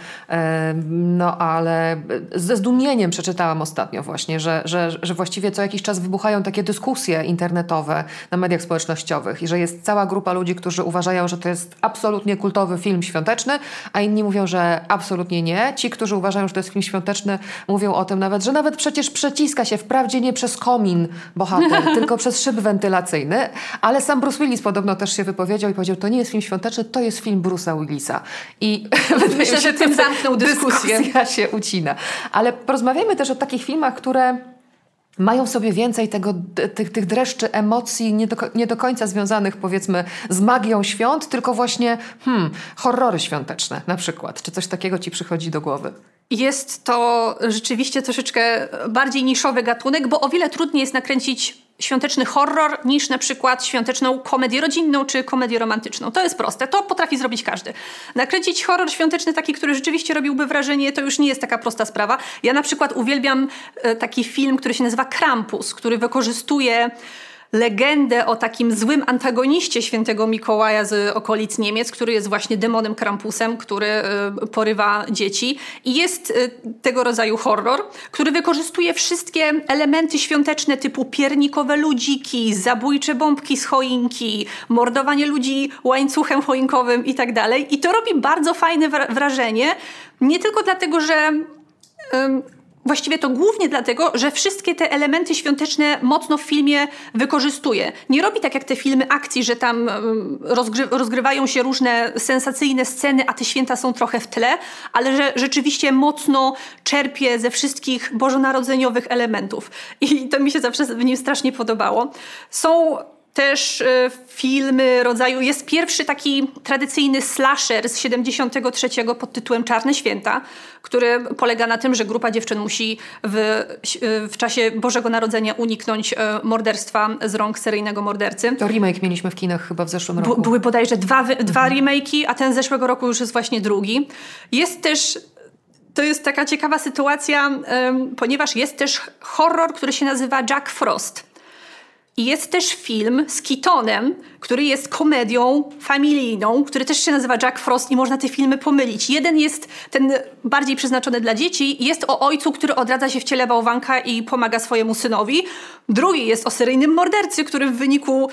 no ale ze zdumieniem przeczytałam ostatnio właśnie, że, że, że właściwie co jakiś czas wybuchają takie dyskusje internetowe na mediach społecznościowych i że jest cała grupa ludzi, którzy uważają, że to jest absolutnie kultowy film świąteczny, a inni mówią, że absolutnie nie. Ci, którzy uważają, że to jest film świąteczny, mówią o tym nawet, że nawet przecież przeciska się wprawdzie nie przez komin bohater, tylko przez szyb wentylacyjny, ale sam Bruce Willis podobno też się wypowiedział i powiedział, to nie jest film świąteczny, to jest film Bruce'a Willisa. I myślę, że tym zamknął dyskusję. Dyskusja się ucina. Ale porozmawiajmy też o takich filmach, które mają w sobie więcej tego, tych, tych dreszczy emocji nie do, nie do końca związanych powiedzmy z magią świąt, tylko właśnie hmm, horrory świąteczne na przykład. Czy coś takiego ci przychodzi do głowy? Jest to rzeczywiście troszeczkę bardziej niszowy gatunek, bo o wiele trudniej jest nakręcić świąteczny horror niż na przykład świąteczną komedię rodzinną czy komedię romantyczną. To jest proste. To potrafi zrobić każdy. Nakręcić horror świąteczny taki, który rzeczywiście robiłby wrażenie, to już nie jest taka prosta sprawa. Ja na przykład uwielbiam taki film, który się nazywa Krampus, który wykorzystuje legendę o takim złym antagoniście świętego Mikołaja z okolic Niemiec, który jest właśnie demonem Krampusem, który y, porywa dzieci. I jest y, tego rodzaju horror, który wykorzystuje wszystkie elementy świąteczne typu piernikowe ludziki, zabójcze bombki z choinki, mordowanie ludzi łańcuchem choinkowym i tak dalej. I to robi bardzo fajne wra- wrażenie, nie tylko dlatego, że y, właściwie to głównie dlatego, że wszystkie te elementy świąteczne mocno w filmie wykorzystuje. Nie robi tak jak te filmy akcji, że tam rozgry- rozgrywają się różne sensacyjne sceny, a te święta są trochę w tle, ale że rzeczywiście mocno czerpie ze wszystkich bożonarodzeniowych elementów. I to mi się zawsze w nim strasznie podobało. Są też y, filmy rodzaju... Jest pierwszy taki tradycyjny slasher z siedemdziesiątego trzeciego pod tytułem Czarne Święta, który polega na tym, że grupa dziewczyn musi w, y, w czasie Bożego Narodzenia uniknąć y, morderstwa z rąk seryjnego mordercy. To remake mieliśmy w kinach chyba w zeszłym roku. B- były bodajże dwa, wy- mhm. dwa remake'i, a ten z zeszłego roku już jest właśnie drugi. Jest też... To jest taka ciekawa sytuacja, y, ponieważ jest też horror, który się nazywa Jack Frost. I jest też film z Keatonem, który jest komedią familijną, który też się nazywa Jack Frost i można te filmy pomylić. Jeden jest ten bardziej przeznaczony dla dzieci, jest o ojcu, który odradza się w ciele bałwanka i pomaga swojemu synowi. Drugi jest o seryjnym mordercy, który w wyniku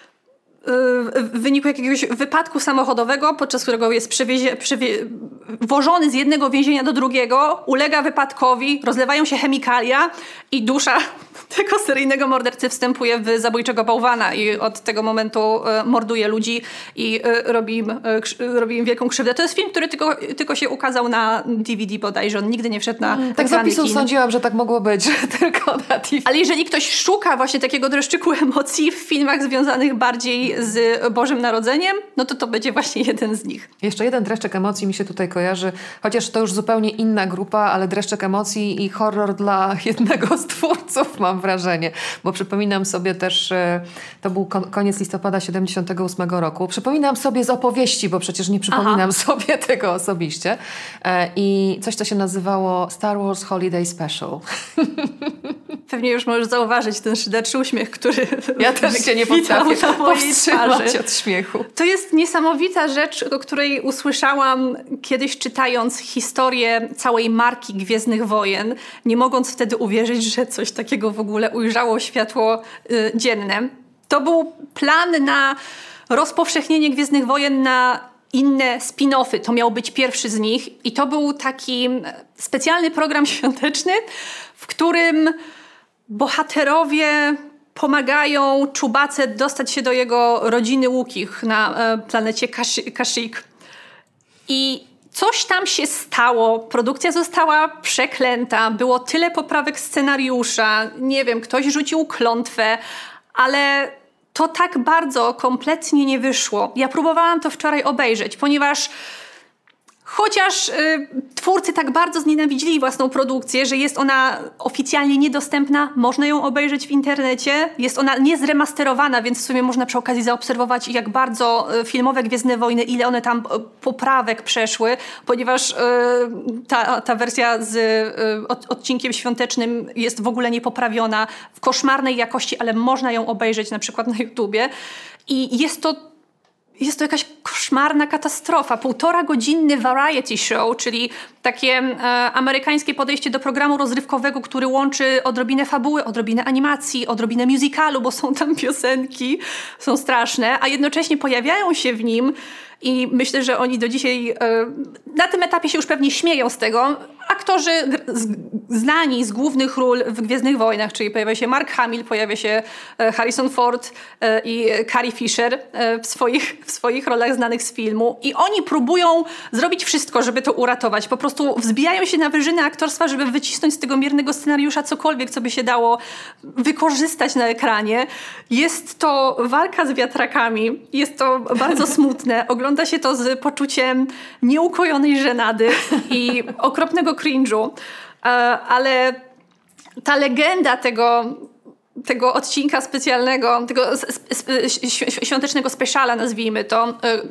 w wyniku jakiegoś wypadku samochodowego, podczas którego jest przewiezie, przewie, wożony z jednego więzienia do drugiego, ulega wypadkowi, rozlewają się chemikalia i dusza tego seryjnego mordercy wstępuje w zabójczego bałwana i od tego momentu e, morduje ludzi i e, robi, im, e, krz, robi im wielką krzywdę. To jest film, który tylko, tylko się ukazał na D V D bodajże. On nigdy nie wszedł na mm, tak z opisów sądziłam, że tak mogło być, tylko na D V D. Ale jeżeli ktoś szuka właśnie takiego dreszczyku emocji w filmach związanych bardziej z Bożym Narodzeniem, no to to będzie właśnie jeden z nich. Jeszcze jeden dreszczyk emocji mi się tutaj kojarzy, chociaż to już zupełnie inna grupa, ale dreszczyk emocji i horror dla jednego z twórców, mam wrażenie. Bo przypominam sobie też, to był koniec listopada siedemdziesiątego ósmego roku. Przypominam sobie z opowieści, bo przecież nie przypominam Aha. sobie tego osobiście. I coś, co się nazywało Star Wars Holiday Special. Pewnie już możesz zauważyć ten szyderczy uśmiech, który ja też się nie potrafię powstrzymać od śmiechu. To jest niesamowita rzecz, o której usłyszałam kiedyś czytając historię całej marki Gwiezdnych Wojen, nie mogąc wtedy uwierzyć, że coś takiego w ogóle ujrzało światło y, dzienne. To był plan na rozpowszechnienie Gwiezdnych Wojen na inne spin-offy. To miał być pierwszy z nich i to był taki specjalny program świąteczny, w którym bohaterowie pomagają Chewbacce dostać się do jego rodziny Wookieeh na e, planecie Kashyyyk. I coś tam się stało, produkcja została przeklęta, było tyle poprawek scenariusza, nie wiem, ktoś rzucił klątwę, ale to tak bardzo kompletnie nie wyszło. Ja próbowałam to wczoraj obejrzeć, ponieważ chociaż y, twórcy tak bardzo znienawidzili własną produkcję, że jest ona oficjalnie niedostępna, można ją obejrzeć w internecie, jest ona niezremasterowana, więc w sumie można przy okazji zaobserwować, jak bardzo y, filmowe Gwiezdne Wojny, ile one tam y, poprawek przeszły, ponieważ y, ta, ta wersja z y, od, odcinkiem świątecznym jest w ogóle niepoprawiona, w koszmarnej jakości, ale można ją obejrzeć na przykład na YouTubie i jest to Jest to jakaś koszmarna katastrofa. Półtora godzinny variety show, czyli takie e, amerykańskie podejście do programu rozrywkowego, który łączy odrobinę fabuły, odrobinę animacji, odrobinę musicalu, bo są tam piosenki, są straszne, a jednocześnie pojawiają się w nim i myślę, że oni do dzisiaj e, na tym etapie się już pewnie śmieją z tego. Aktorzy z, znani z głównych ról w Gwiezdnych Wojnach, czyli pojawia się Mark Hamill, pojawia się e, Harrison Ford e, i Carrie Fisher e, w, swoich, w swoich rolach znanych z filmu i oni próbują zrobić wszystko, żeby to uratować. Po prostu wzbijają się na wyżyny aktorstwa, żeby wycisnąć z tego miernego scenariusza cokolwiek, co by się dało wykorzystać na ekranie. Jest to walka z wiatrakami, jest to bardzo smutne. Ogląda się to z poczuciem nieukojonej żenady i okropnego cringe'u, ale ta legenda tego, tego odcinka specjalnego, tego świątecznego speciala, nazwijmy to,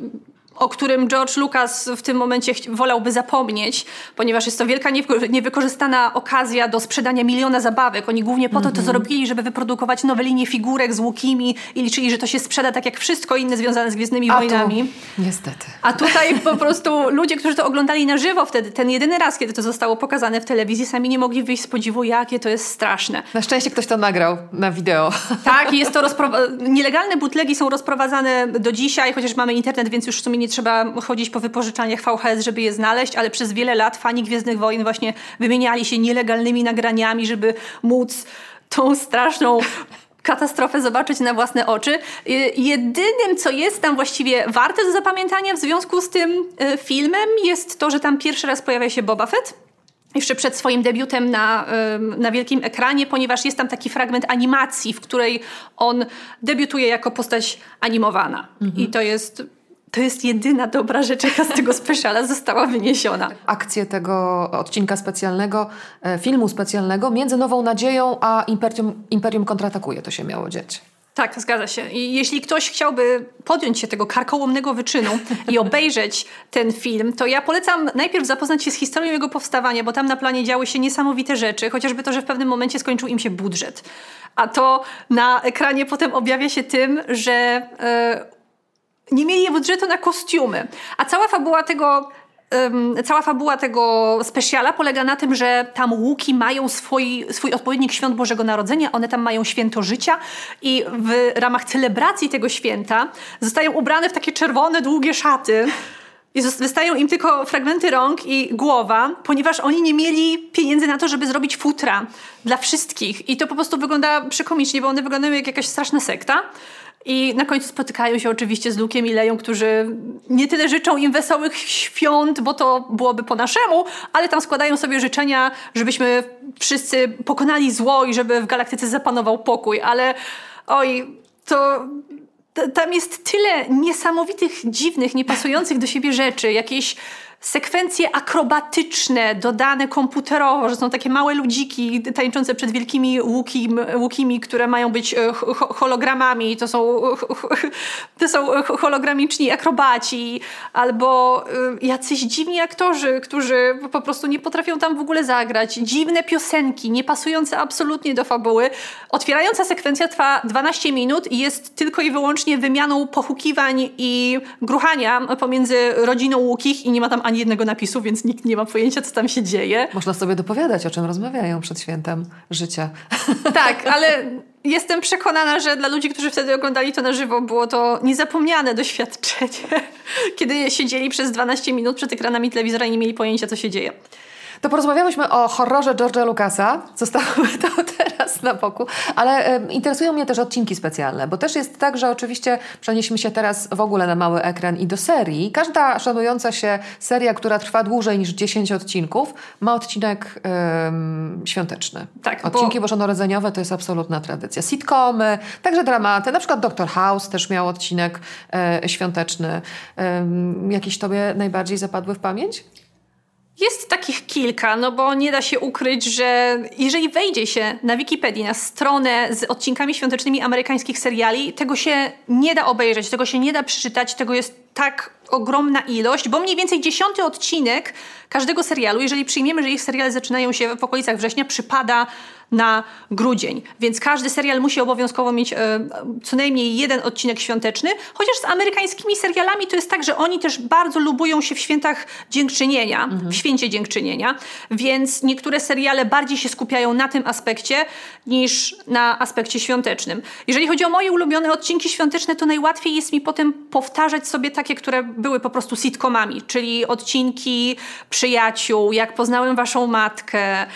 o którym George Lucas w tym momencie wolałby zapomnieć, ponieważ jest to wielka niewykorzystana okazja do sprzedania miliona zabawek. Oni głównie po to to zrobili, żeby wyprodukować nowe linie figurek z Wookieemi i liczyli, że to się sprzeda tak jak wszystko inne związane z Gwiezdnymi A Wojnami. Tu, niestety. A tutaj po prostu ludzie, którzy to oglądali na żywo wtedy, ten jedyny raz, kiedy to zostało pokazane w telewizji, sami nie mogli wyjść z podziwu, jakie to jest straszne. Na szczęście ktoś to nagrał na wideo. Tak, jest to rozpro- nielegalne bootlegi są rozprowadzane do dzisiaj, chociaż mamy internet, więc już w sumie nie trzeba chodzić po wypożyczalniach V H S, żeby je znaleźć, ale przez wiele lat fani Gwiezdnych Wojen właśnie wymieniali się nielegalnymi nagraniami, żeby móc tą straszną katastrofę zobaczyć na własne oczy. Jedynym, co jest tam właściwie warte do zapamiętania w związku z tym filmem, jest to, że tam pierwszy raz pojawia się Boba Fett. Jeszcze przed swoim debiutem na, na wielkim ekranie, ponieważ jest tam taki fragment animacji, w której on debiutuje jako postać animowana. Mhm. I to jest... To jest jedyna dobra rzecz, jaka z tego speciala została wyniesiona. Akcję tego odcinka specjalnego, filmu specjalnego między Nową Nadzieją a Imperium, Imperium kontratakuje to się miało dziać. Tak, zgadza się. I jeśli ktoś chciałby podjąć się tego karkołomnego wyczynu i obejrzeć ten film, to ja polecam najpierw zapoznać się z historią jego powstawania, bo tam na planie działy się niesamowite rzeczy, chociażby to, że w pewnym momencie skończył im się budżet. A to na ekranie potem objawia się tym, że... Yy, nie mieli budżetu na kostiumy. A cała fabuła tego, um, cała fabuła tego speciala polega na tym, że tam Wookiee mają swój, swój odpowiednik świąt Bożego Narodzenia, one tam mają święto życia i w ramach celebracji tego święta zostają ubrane w takie czerwone, długie szaty. i wystają im tylko fragmenty rąk i głowa, ponieważ oni nie mieli pieniędzy na to, żeby zrobić futra dla wszystkich. I to po prostu wygląda przekomicznie, bo one wyglądają jak jakaś straszna sekta. I na końcu spotykają się oczywiście z Luke'iem i Leją, którzy nie tyle życzą im wesołych świąt, bo to byłoby po naszemu, ale tam składają sobie życzenia, żebyśmy wszyscy pokonali zło i żeby w galaktyce zapanował pokój. Ale oj, to... Tam jest tyle niesamowitych, dziwnych, niepasujących do siebie rzeczy. Jakieś sekwencje akrobatyczne, dodane komputerowo, że są takie małe ludziki tańczące przed wielkimi łukim, łukimi, które mają być ho- hologramami. To są, to są hologramiczni akrobaci. Albo jacyś dziwni aktorzy, którzy po prostu nie potrafią tam w ogóle zagrać. Dziwne piosenki, niepasujące absolutnie do fabuły. Otwierająca sekwencja trwa dwanaście minut i jest tylko i wyłącznie wymianą pohukiwań i gruchania pomiędzy rodziną Łukich i nie ma tam ani jednego napisu, więc nikt nie ma pojęcia, co tam się dzieje. Można sobie dopowiadać, o czym rozmawiają przed świętem życia. Tak, ale jestem przekonana, że dla ludzi, którzy wtedy oglądali to na żywo, było to niezapomniane doświadczenie, kiedy siedzieli przez dwanaście minut przed ekranami telewizora i nie mieli pojęcia, co się dzieje. To porozmawiałyśmy o horrorze George'a Lucasa. Zostawmy to teraz na boku. Ale e, interesują mnie też odcinki specjalne, bo też jest tak, że oczywiście przenieśmy się teraz w ogóle na mały ekran i do serii. Każda szanująca się seria, która trwa dłużej niż dziesięć odcinków, ma odcinek e, świąteczny. Tak, Odcinki bo... bożonarodzeniowe to jest absolutna tradycja. Sitcomy, także dramaty. Na przykład doktor House też miał odcinek e, świąteczny. E, jakieś tobie najbardziej zapadły w pamięć? Jest takich kilka, no bo nie da się ukryć, że jeżeli wejdzie się na Wikipedii, na stronę z odcinkami świątecznymi amerykańskich seriali, tego się nie da obejrzeć, tego się nie da przeczytać, tego jest tak ogromna ilość, bo mniej więcej dziesiąty odcinek każdego serialu, jeżeli przyjmiemy, że ich seriale zaczynają się w okolicach września, przypada na grudzień. Więc każdy serial musi obowiązkowo mieć e, co najmniej jeden odcinek świąteczny, chociaż z amerykańskimi serialami to jest tak, że oni też bardzo lubują się w świętach dziękczynienia, mhm. w święcie dziękczynienia, więc niektóre seriale bardziej się skupiają na tym aspekcie niż na aspekcie świątecznym. Jeżeli chodzi o moje ulubione odcinki świąteczne, to najłatwiej jest mi potem powtarzać sobie takie, które były po prostu sitcomami, czyli odcinki Przyjaciół, Jak poznałem waszą matkę,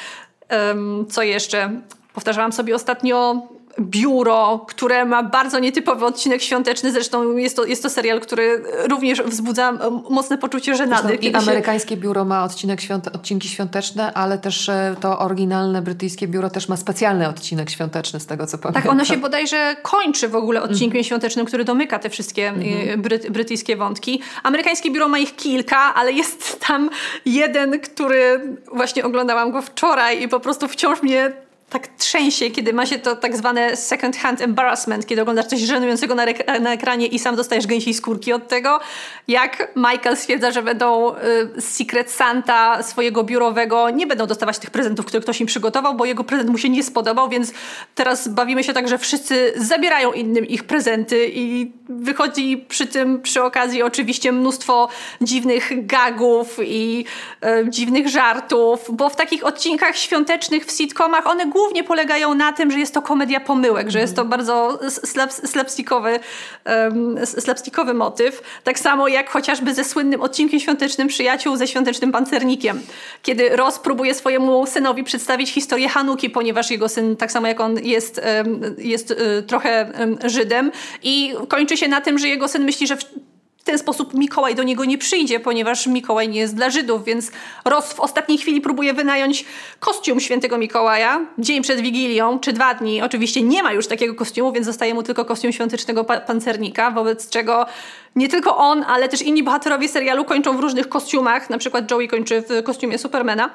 um, co jeszcze? Powtarzałam sobie ostatnio Biuro, które ma bardzo nietypowy odcinek świąteczny. Zresztą jest to, jest to serial, który również wzbudza mocne poczucie żenady. I amerykańskie się... biuro ma odcinek świąt... odcinki świąteczne, ale też to oryginalne brytyjskie biuro też ma specjalny odcinek świąteczny, z tego co pamiętam. Tak, ono się bodajże kończy w ogóle odcinkiem mm. świątecznym, który domyka te wszystkie mm. bry... brytyjskie wątki. Amerykańskie biuro ma ich kilka, ale jest tam jeden, który właśnie oglądałam go wczoraj i po prostu wciąż mnie tak trzęsie, kiedy ma się to tak zwane second hand embarrassment, kiedy oglądasz coś żenującego na, re- na ekranie i sam dostajesz gęsiej skórki od tego, jak Michael stwierdza, że będą y, Secret Santa swojego biurowego, nie będą dostawać tych prezentów, które ktoś im przygotował, bo jego prezent mu się nie spodobał, więc teraz bawimy się tak, że wszyscy zabierają innym ich prezenty i wychodzi przy tym, przy okazji oczywiście mnóstwo dziwnych gagów i y, dziwnych żartów, bo w takich odcinkach świątecznych w sitcomach one głównie polegają na tym, że jest to komedia pomyłek, mm. że jest to bardzo slap, slapstickowy, um, slapstickowy motyw. Tak samo jak chociażby ze słynnym odcinkiem świątecznym Przyjaciół ze świątecznym pancernikiem. Kiedy Ross próbuje swojemu synowi przedstawić historię Hanuki, ponieważ jego syn, tak samo jak on, jest, um, jest um, trochę um, Żydem i kończy się na tym, że jego syn myśli, że w W ten sposób Mikołaj do niego nie przyjdzie, ponieważ Mikołaj nie jest dla Żydów, więc Ross w ostatniej chwili próbuje wynająć kostium świętego Mikołaja dzień przed Wigilią, czy dwa dni. Oczywiście nie ma już takiego kostiumu, więc zostaje mu tylko kostium świątecznego pa- pancernika, wobec czego nie tylko on, ale też inni bohaterowie serialu kończą w różnych kostiumach. Na przykład Joey kończy w kostiumie Supermana.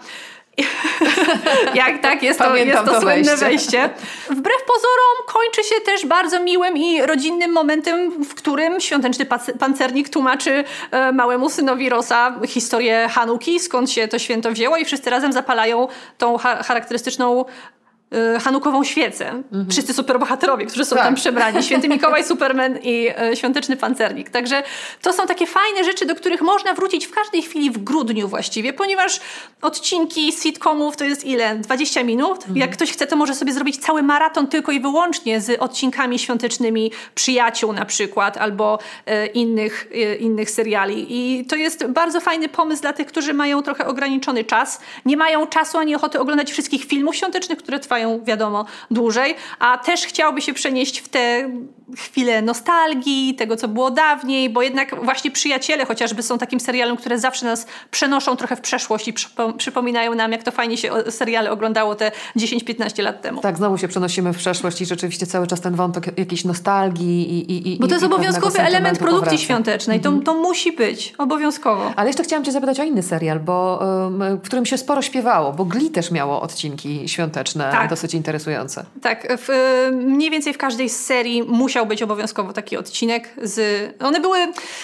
Jak tak, jest to, jest to, to słynne wejście. wejście. Wbrew pozorom kończy się też bardzo miłym i rodzinnym momentem, w którym świąteczny pancernik tłumaczy e, małemu synowi Rossa historię Hanuki, skąd się to święto wzięło i wszyscy razem zapalają tą ha- charakterystyczną y, hanukową świecę. Mhm. Wszyscy superbohaterowie, którzy są tak. tam przebrani. Święty Mikołaj, Superman i y, Świąteczny Pancernik. Także to są takie fajne rzeczy, do których można wrócić w każdej chwili w grudniu właściwie, ponieważ odcinki sitcomów to jest ile? dwadzieścia minut? Mhm. Jak ktoś chce, to może sobie zrobić cały maraton tylko i wyłącznie z odcinkami świątecznymi Przyjaciół na przykład, albo y, innych, y, innych seriali. I to jest bardzo fajny pomysł dla tych, którzy mają trochę ograniczony czas. Nie mają czasu ani ochoty oglądać wszystkich filmów świątecznych, które trwają, wiadomo, dłużej, a też chciałby się przenieść w te chwile nostalgii, tego, co było dawniej, bo jednak właśnie Przyjaciele chociażby są takim serialem, które zawsze nas przenoszą trochę w przeszłość i przypo- przypominają nam, jak to fajnie się o- seriale oglądało te dziesięć piętnaście lat temu. Tak, znowu się przenosimy w przeszłość i rzeczywiście cały czas ten wątek jakiejś nostalgii i, i, i Bo to jest i obowiązkowy element produkcji powraca. świątecznej. To, to musi być obowiązkowo. Ale jeszcze chciałam cię zapytać o inny serial, bo, um, w którym się sporo śpiewało, bo Glee też miało odcinki świąteczne, tak. dosyć interesujące. Tak, w, mniej więcej w każdej z serii musiał być obowiązkowo taki odcinek. Z, one były...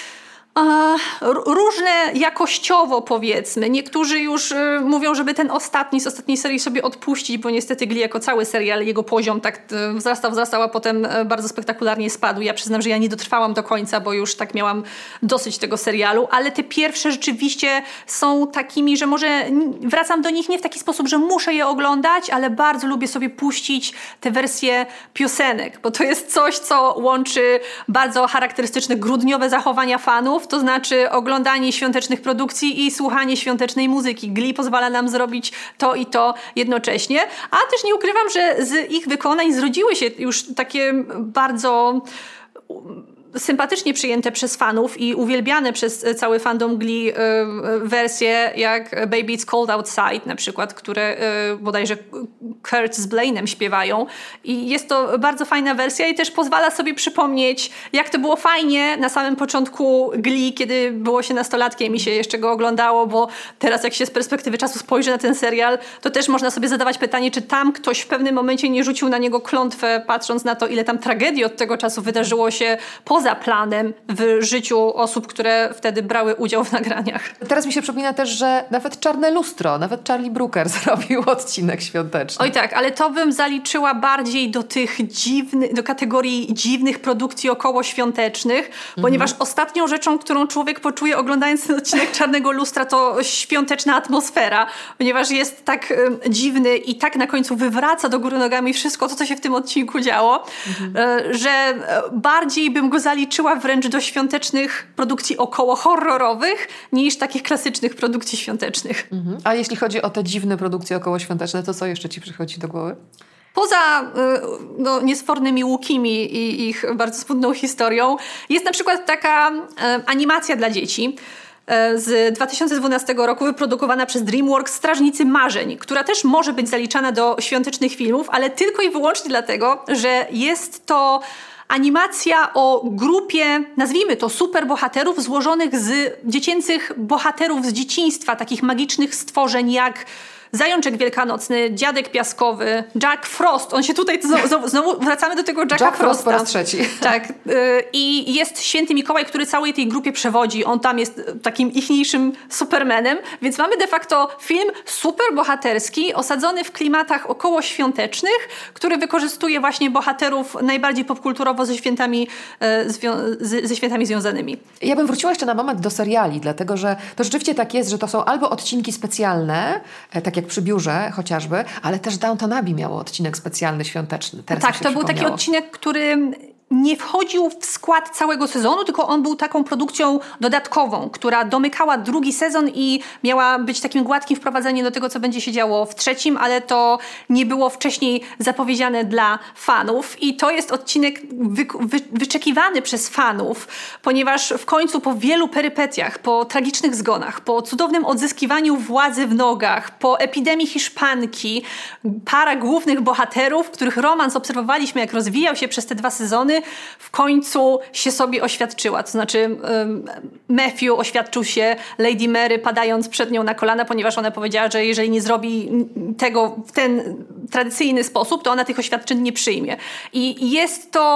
Uh, różne jakościowo, powiedzmy. Niektórzy już y, mówią, żeby ten ostatni z ostatniej serii sobie odpuścić, bo niestety Glee jako cały serial, jego poziom tak y, wzrastał, wzrastał, a potem y, bardzo spektakularnie spadł. Ja przyznam, że ja nie dotrwałam do końca, bo już tak miałam dosyć tego serialu, ale te pierwsze rzeczywiście są takimi, że może wracam do nich nie w taki sposób, że muszę je oglądać, ale bardzo lubię sobie puścić te wersje piosenek, bo to jest coś, co łączy bardzo charakterystyczne grudniowe zachowania fanów, to znaczy oglądanie świątecznych produkcji i słuchanie świątecznej muzyki. Glee pozwala nam zrobić to i to jednocześnie, a też nie ukrywam, że z ich wykonań zrodziły się już takie bardzo sympatycznie przyjęte przez fanów i uwielbiane przez cały fandom Glee y, wersje jak Baby It's Cold Outside na przykład, które y, bodajże Kurt z Blaine'em śpiewają i jest to bardzo fajna wersja i też pozwala sobie przypomnieć, jak to było fajnie na samym początku Glee, kiedy było się nastolatkiem i się jeszcze go oglądało, bo teraz jak się z perspektywy czasu spojrzy na ten serial, to też można sobie zadawać pytanie, czy tam ktoś w pewnym momencie nie rzucił na niego klątwę, patrząc na to, ile tam tragedii od tego czasu wydarzyło się poza planem w życiu osób, które wtedy brały udział w nagraniach. Teraz mi się przypomina też, że nawet Czarne Lustro, nawet Charlie Brooker zrobił odcinek świąteczny. Oj tak, ale to bym zaliczyła bardziej do tych dziwnych, do kategorii dziwnych produkcji okołoświątecznych, mhm. ponieważ ostatnią rzeczą, którą człowiek poczuje oglądając ten odcinek Czarnego Lustra, to świąteczna atmosfera, ponieważ jest tak um, dziwny i tak na końcu wywraca do góry nogami wszystko to, co się w tym odcinku działo, mhm. y, że bardziej bym go zaliczyła wręcz do świątecznych produkcji około-horrorowych niż takich klasycznych produkcji świątecznych. Mhm. A jeśli chodzi o te dziwne produkcje okołoświąteczne, to co jeszcze ci przychodzi do głowy? Poza no, niesfornymi Łukimi i ich bardzo smutną historią, jest na przykład taka e, animacja dla dzieci e, z dwa tysiące dwunastego roku wyprodukowana przez DreamWorks Strażnicy Marzeń, która też może być zaliczana do świątecznych filmów, ale tylko i wyłącznie dlatego, że jest to animacja o grupie, nazwijmy to, superbohaterów złożonych z dziecięcych bohaterów z dzieciństwa, takich magicznych stworzeń jak Zajączek Wielkanocny, Dziadek Piaskowy, Jack Frost. On się tutaj, znowu, znowu wracamy do tego Jacka Jack Frost Frosta. po raz trzeci. Tak. Y, I jest Święty Mikołaj, który całej tej grupie przewodzi. On tam jest takim ichniejszym Supermanem. Więc mamy de facto film superbohaterski, osadzony w klimatach okołoświątecznych, który wykorzystuje właśnie bohaterów najbardziej popkulturowo ze świętami, zwią- z, ze świętami związanymi. Ja bym wróciła jeszcze na moment do seriali, dlatego że to rzeczywiście tak jest, że to są albo odcinki specjalne, tak jak przy Biurze chociażby, ale też Downton Abbey miało odcinek specjalny świąteczny. Teraz tak, to był taki odcinek, który nie wchodził w skład całego sezonu, tylko on był taką produkcją dodatkową, która domykała drugi sezon i miała być takim gładkim wprowadzeniem do tego, co będzie się działo w trzecim, ale to nie było wcześniej zapowiedziane dla fanów i to jest odcinek wy, wy, wyczekiwany przez fanów, ponieważ w końcu po wielu perypetiach, po tragicznych zgonach, po cudownym odzyskiwaniu władzy w nogach, po epidemii hiszpanki, para głównych bohaterów, których romans obserwowaliśmy, jak rozwijał się przez te dwa sezony, w końcu się sobie oświadczyła. To znaczy um, Matthew oświadczył się Lady Mary, padając przed nią na kolana, ponieważ ona powiedziała, że jeżeli nie zrobi tego w ten tradycyjny sposób, to ona tych oświadczeń nie przyjmie. I jest to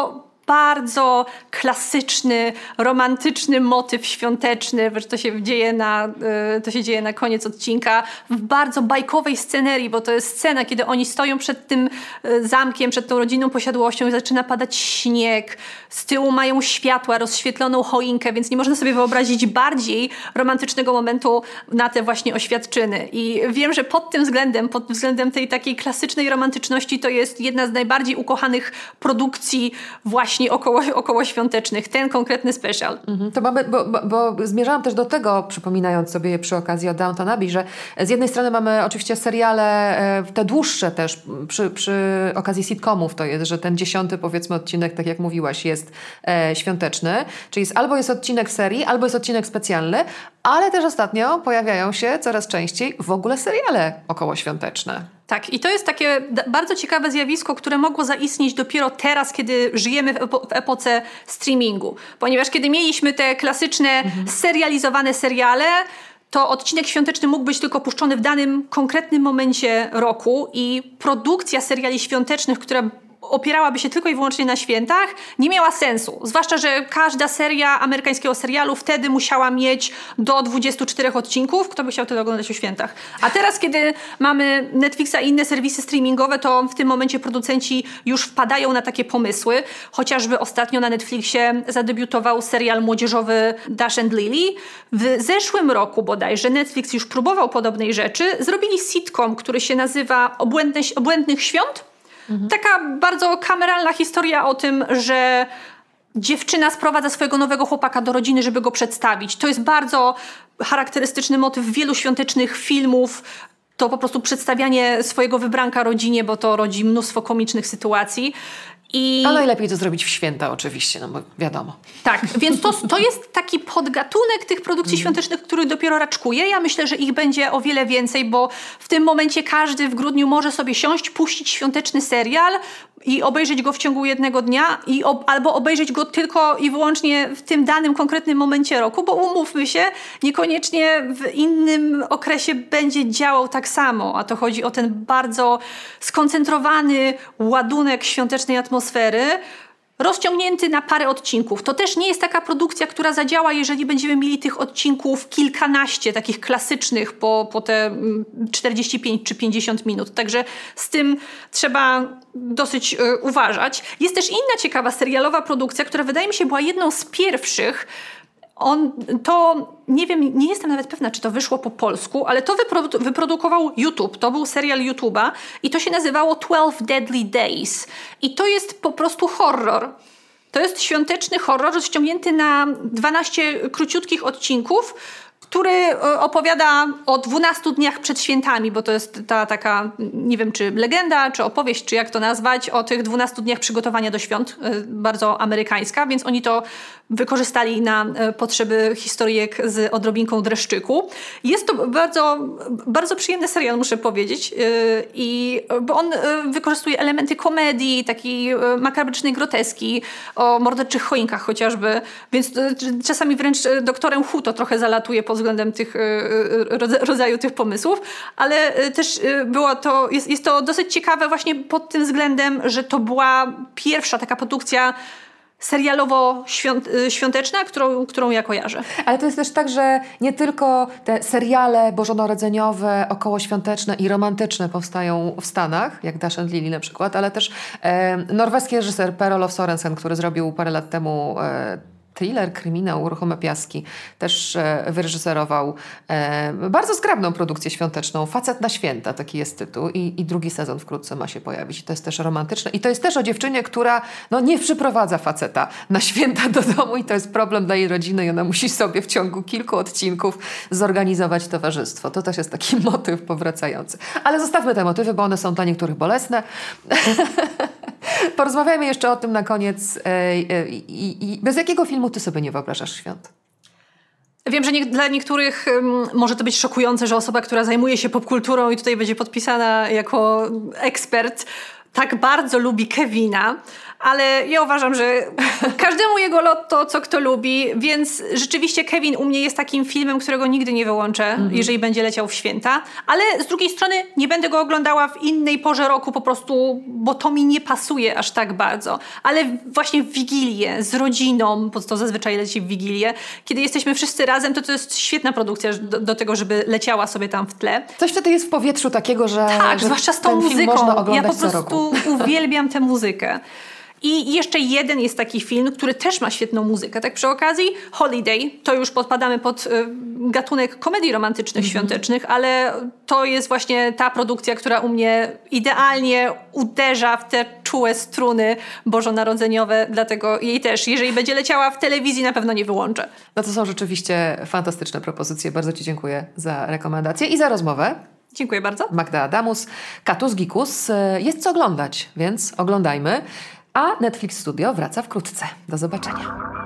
bardzo klasyczny, romantyczny motyw świąteczny, że to się dzieje na, to się dzieje na koniec odcinka, w bardzo bajkowej scenerii, bo to jest scena, kiedy oni stoją przed tym zamkiem, przed tą rodzinną posiadłością i zaczyna padać śnieg. Z tyłu mają światła, rozświetloną choinkę, więc nie można sobie wyobrazić bardziej romantycznego momentu na te właśnie oświadczyny. I wiem, że pod tym względem, pod względem tej takiej klasycznej romantyczności to jest jedna z najbardziej ukochanych produkcji właśnie około, okołoświątecznych, ten konkretny special. Mhm. To mamy, bo, bo, bo zmierzałam też do tego, przypominając sobie przy okazji o Downton Abbey, że z jednej strony mamy oczywiście seriale, te dłuższe też, przy, przy okazji sitcomów to jest, że ten dziesiąty powiedzmy odcinek, tak jak mówiłaś, jest e, świąteczny, czyli jest, albo jest odcinek serii, albo jest odcinek specjalny, ale też ostatnio pojawiają się coraz częściej w ogóle seriale okołoświąteczne. Tak, i to jest takie bardzo ciekawe zjawisko, które mogło zaistnieć dopiero teraz, kiedy żyjemy w, epo- w epoce streamingu. Ponieważ kiedy mieliśmy te klasyczne, mhm. serializowane seriale, to odcinek świąteczny mógł być tylko puszczony w danym konkretnym momencie roku i produkcja seriali świątecznych, która opierałaby się tylko i wyłącznie na świętach, nie miała sensu. Zwłaszcza, że każda seria amerykańskiego serialu wtedy musiała mieć do dwudziestu czterech odcinków. Kto by chciał wtedy oglądać o świętach? A teraz, kiedy mamy Netflixa i inne serwisy streamingowe, to w tym momencie producenci już wpadają na takie pomysły. Chociażby ostatnio na Netflixie zadebiutował serial młodzieżowy Dash and Lily. W zeszłym roku bodajże Netflix już próbował podobnej rzeczy. Zrobili sitcom, który się nazywa Obłędne, Obłędnych Świąt. Mhm. Taka bardzo kameralna historia o tym, że dziewczyna sprowadza swojego nowego chłopaka do rodziny, żeby go przedstawić. To jest bardzo charakterystyczny motyw wielu świątecznych filmów. To po prostu przedstawianie swojego wybranka rodzinie, bo to rodzi mnóstwo komicznych sytuacji. I... A najlepiej to zrobić w święta oczywiście, no bo wiadomo. Tak, więc to, to jest taki podgatunek tych produkcji mm. świątecznych, który dopiero raczkuje. Ja myślę, że ich będzie o wiele więcej, bo w tym momencie każdy w grudniu może sobie siąść, puścić świąteczny serial i obejrzeć go w ciągu jednego dnia i ob, albo obejrzeć go tylko i wyłącznie w tym danym konkretnym momencie roku, bo umówmy się, niekoniecznie w innym okresie będzie działał tak samo, a to chodzi o ten bardzo skoncentrowany ładunek świątecznej atmosfery, rozciągnięty na parę odcinków. To też nie jest taka produkcja, która zadziała, jeżeli będziemy mieli tych odcinków kilkanaście, takich klasycznych po, po te czterdzieści pięć czy pięćdziesiąt minut. Także z tym trzeba dosyć y, uważać. Jest też inna ciekawa serialowa produkcja, która wydaje mi się była jedną z pierwszych. On to, nie wiem, nie jestem nawet pewna, czy to wyszło po polsku, ale to wyprodu- wyprodukował YouTube. To był serial YouTube'a i to się nazywało twelve Deadly Days. I to jest po prostu horror. To jest świąteczny horror rozciągnięty na dwanaście króciutkich odcinków, który opowiada o dwunastu dniach przed świętami, bo to jest ta taka, nie wiem czy legenda, czy opowieść, czy jak to nazwać, o tych dwunastu dniach przygotowania do świąt, bardzo amerykańska, więc oni to wykorzystali na potrzeby historyjek z odrobinką dreszczyku. Jest to bardzo, bardzo przyjemny serial, muszę powiedzieć, i bo on wykorzystuje elementy komedii, takiej makabrycznej groteski, o morderczych choinkach chociażby, więc czasami wręcz doktorem Who to trochę zalatuje pod względem tych rodzaju tych pomysłów, ale też było to, jest, jest to dosyć ciekawe właśnie pod tym względem, że to była pierwsza taka produkcja serialowo-świąteczna, którą, którą ja kojarzę. Ale to jest też tak, że nie tylko te seriale bożonarodzeniowe, okołoświąteczne i romantyczne powstają w Stanach, jak Dash and Lily na przykład, ale też e, norweski reżyser Per Olof Sørensen, który zrobił parę lat temu e, thriller, kryminał, Ruchome Piaski, też e, wyreżyserował e, bardzo zgrabną produkcję świąteczną. Facet na święta, taki jest tytuł. I, i drugi sezon wkrótce ma się pojawić. I to jest też romantyczne. I to jest też o dziewczynie, która no, nie przyprowadza faceta na święta do domu i to jest problem dla jej rodziny i ona musi sobie w ciągu kilku odcinków zorganizować towarzystwo. To też jest taki motyw powracający. Ale zostawmy te motywy, bo one są dla niektórych bolesne. Porozmawiajmy jeszcze o tym na koniec. I, i bez jakiego filmu ty sobie nie wyobrażasz świąt? Wiem, że nie, dla niektórych um, może to być szokujące, że osoba, która zajmuje się popkulturą i tutaj będzie podpisana jako ekspert, tak bardzo lubi Kevina, ale ja uważam, że każdemu jego lotto, co kto lubi, więc rzeczywiście Kevin u mnie jest takim filmem, którego nigdy nie wyłączę, mhm. jeżeli będzie leciał w święta, ale z drugiej strony nie będę go oglądała w innej porze roku po prostu, bo to mi nie pasuje aż tak bardzo, ale właśnie w Wigilię, z rodziną, bo to zazwyczaj leci w Wigilię, kiedy jesteśmy wszyscy razem, to to jest świetna produkcja do, do tego, żeby leciała sobie tam w tle. Coś wtedy jest w powietrzu takiego, że tak, że zwłaszcza z tą ten film muzyką. można oglądać ja po co prostu roku. uwielbiam tę muzykę. I jeszcze jeden jest taki film, który też ma świetną muzykę. Tak przy okazji Holiday, to już podpadamy pod y, gatunek komedii romantycznych, mm-hmm. świątecznych, ale to jest właśnie ta produkcja, która u mnie idealnie uderza w te czułe struny bożonarodzeniowe, dlatego jej też, jeżeli będzie leciała w telewizji, na pewno nie wyłączę. No to są rzeczywiście fantastyczne propozycje. Bardzo Ci dziękuję za rekomendację i za rozmowę. Dziękuję bardzo. Magda Adamus, Katus Gikus. Jest co oglądać, więc oglądajmy. A Netflix Studio wraca wkrótce. Do zobaczenia.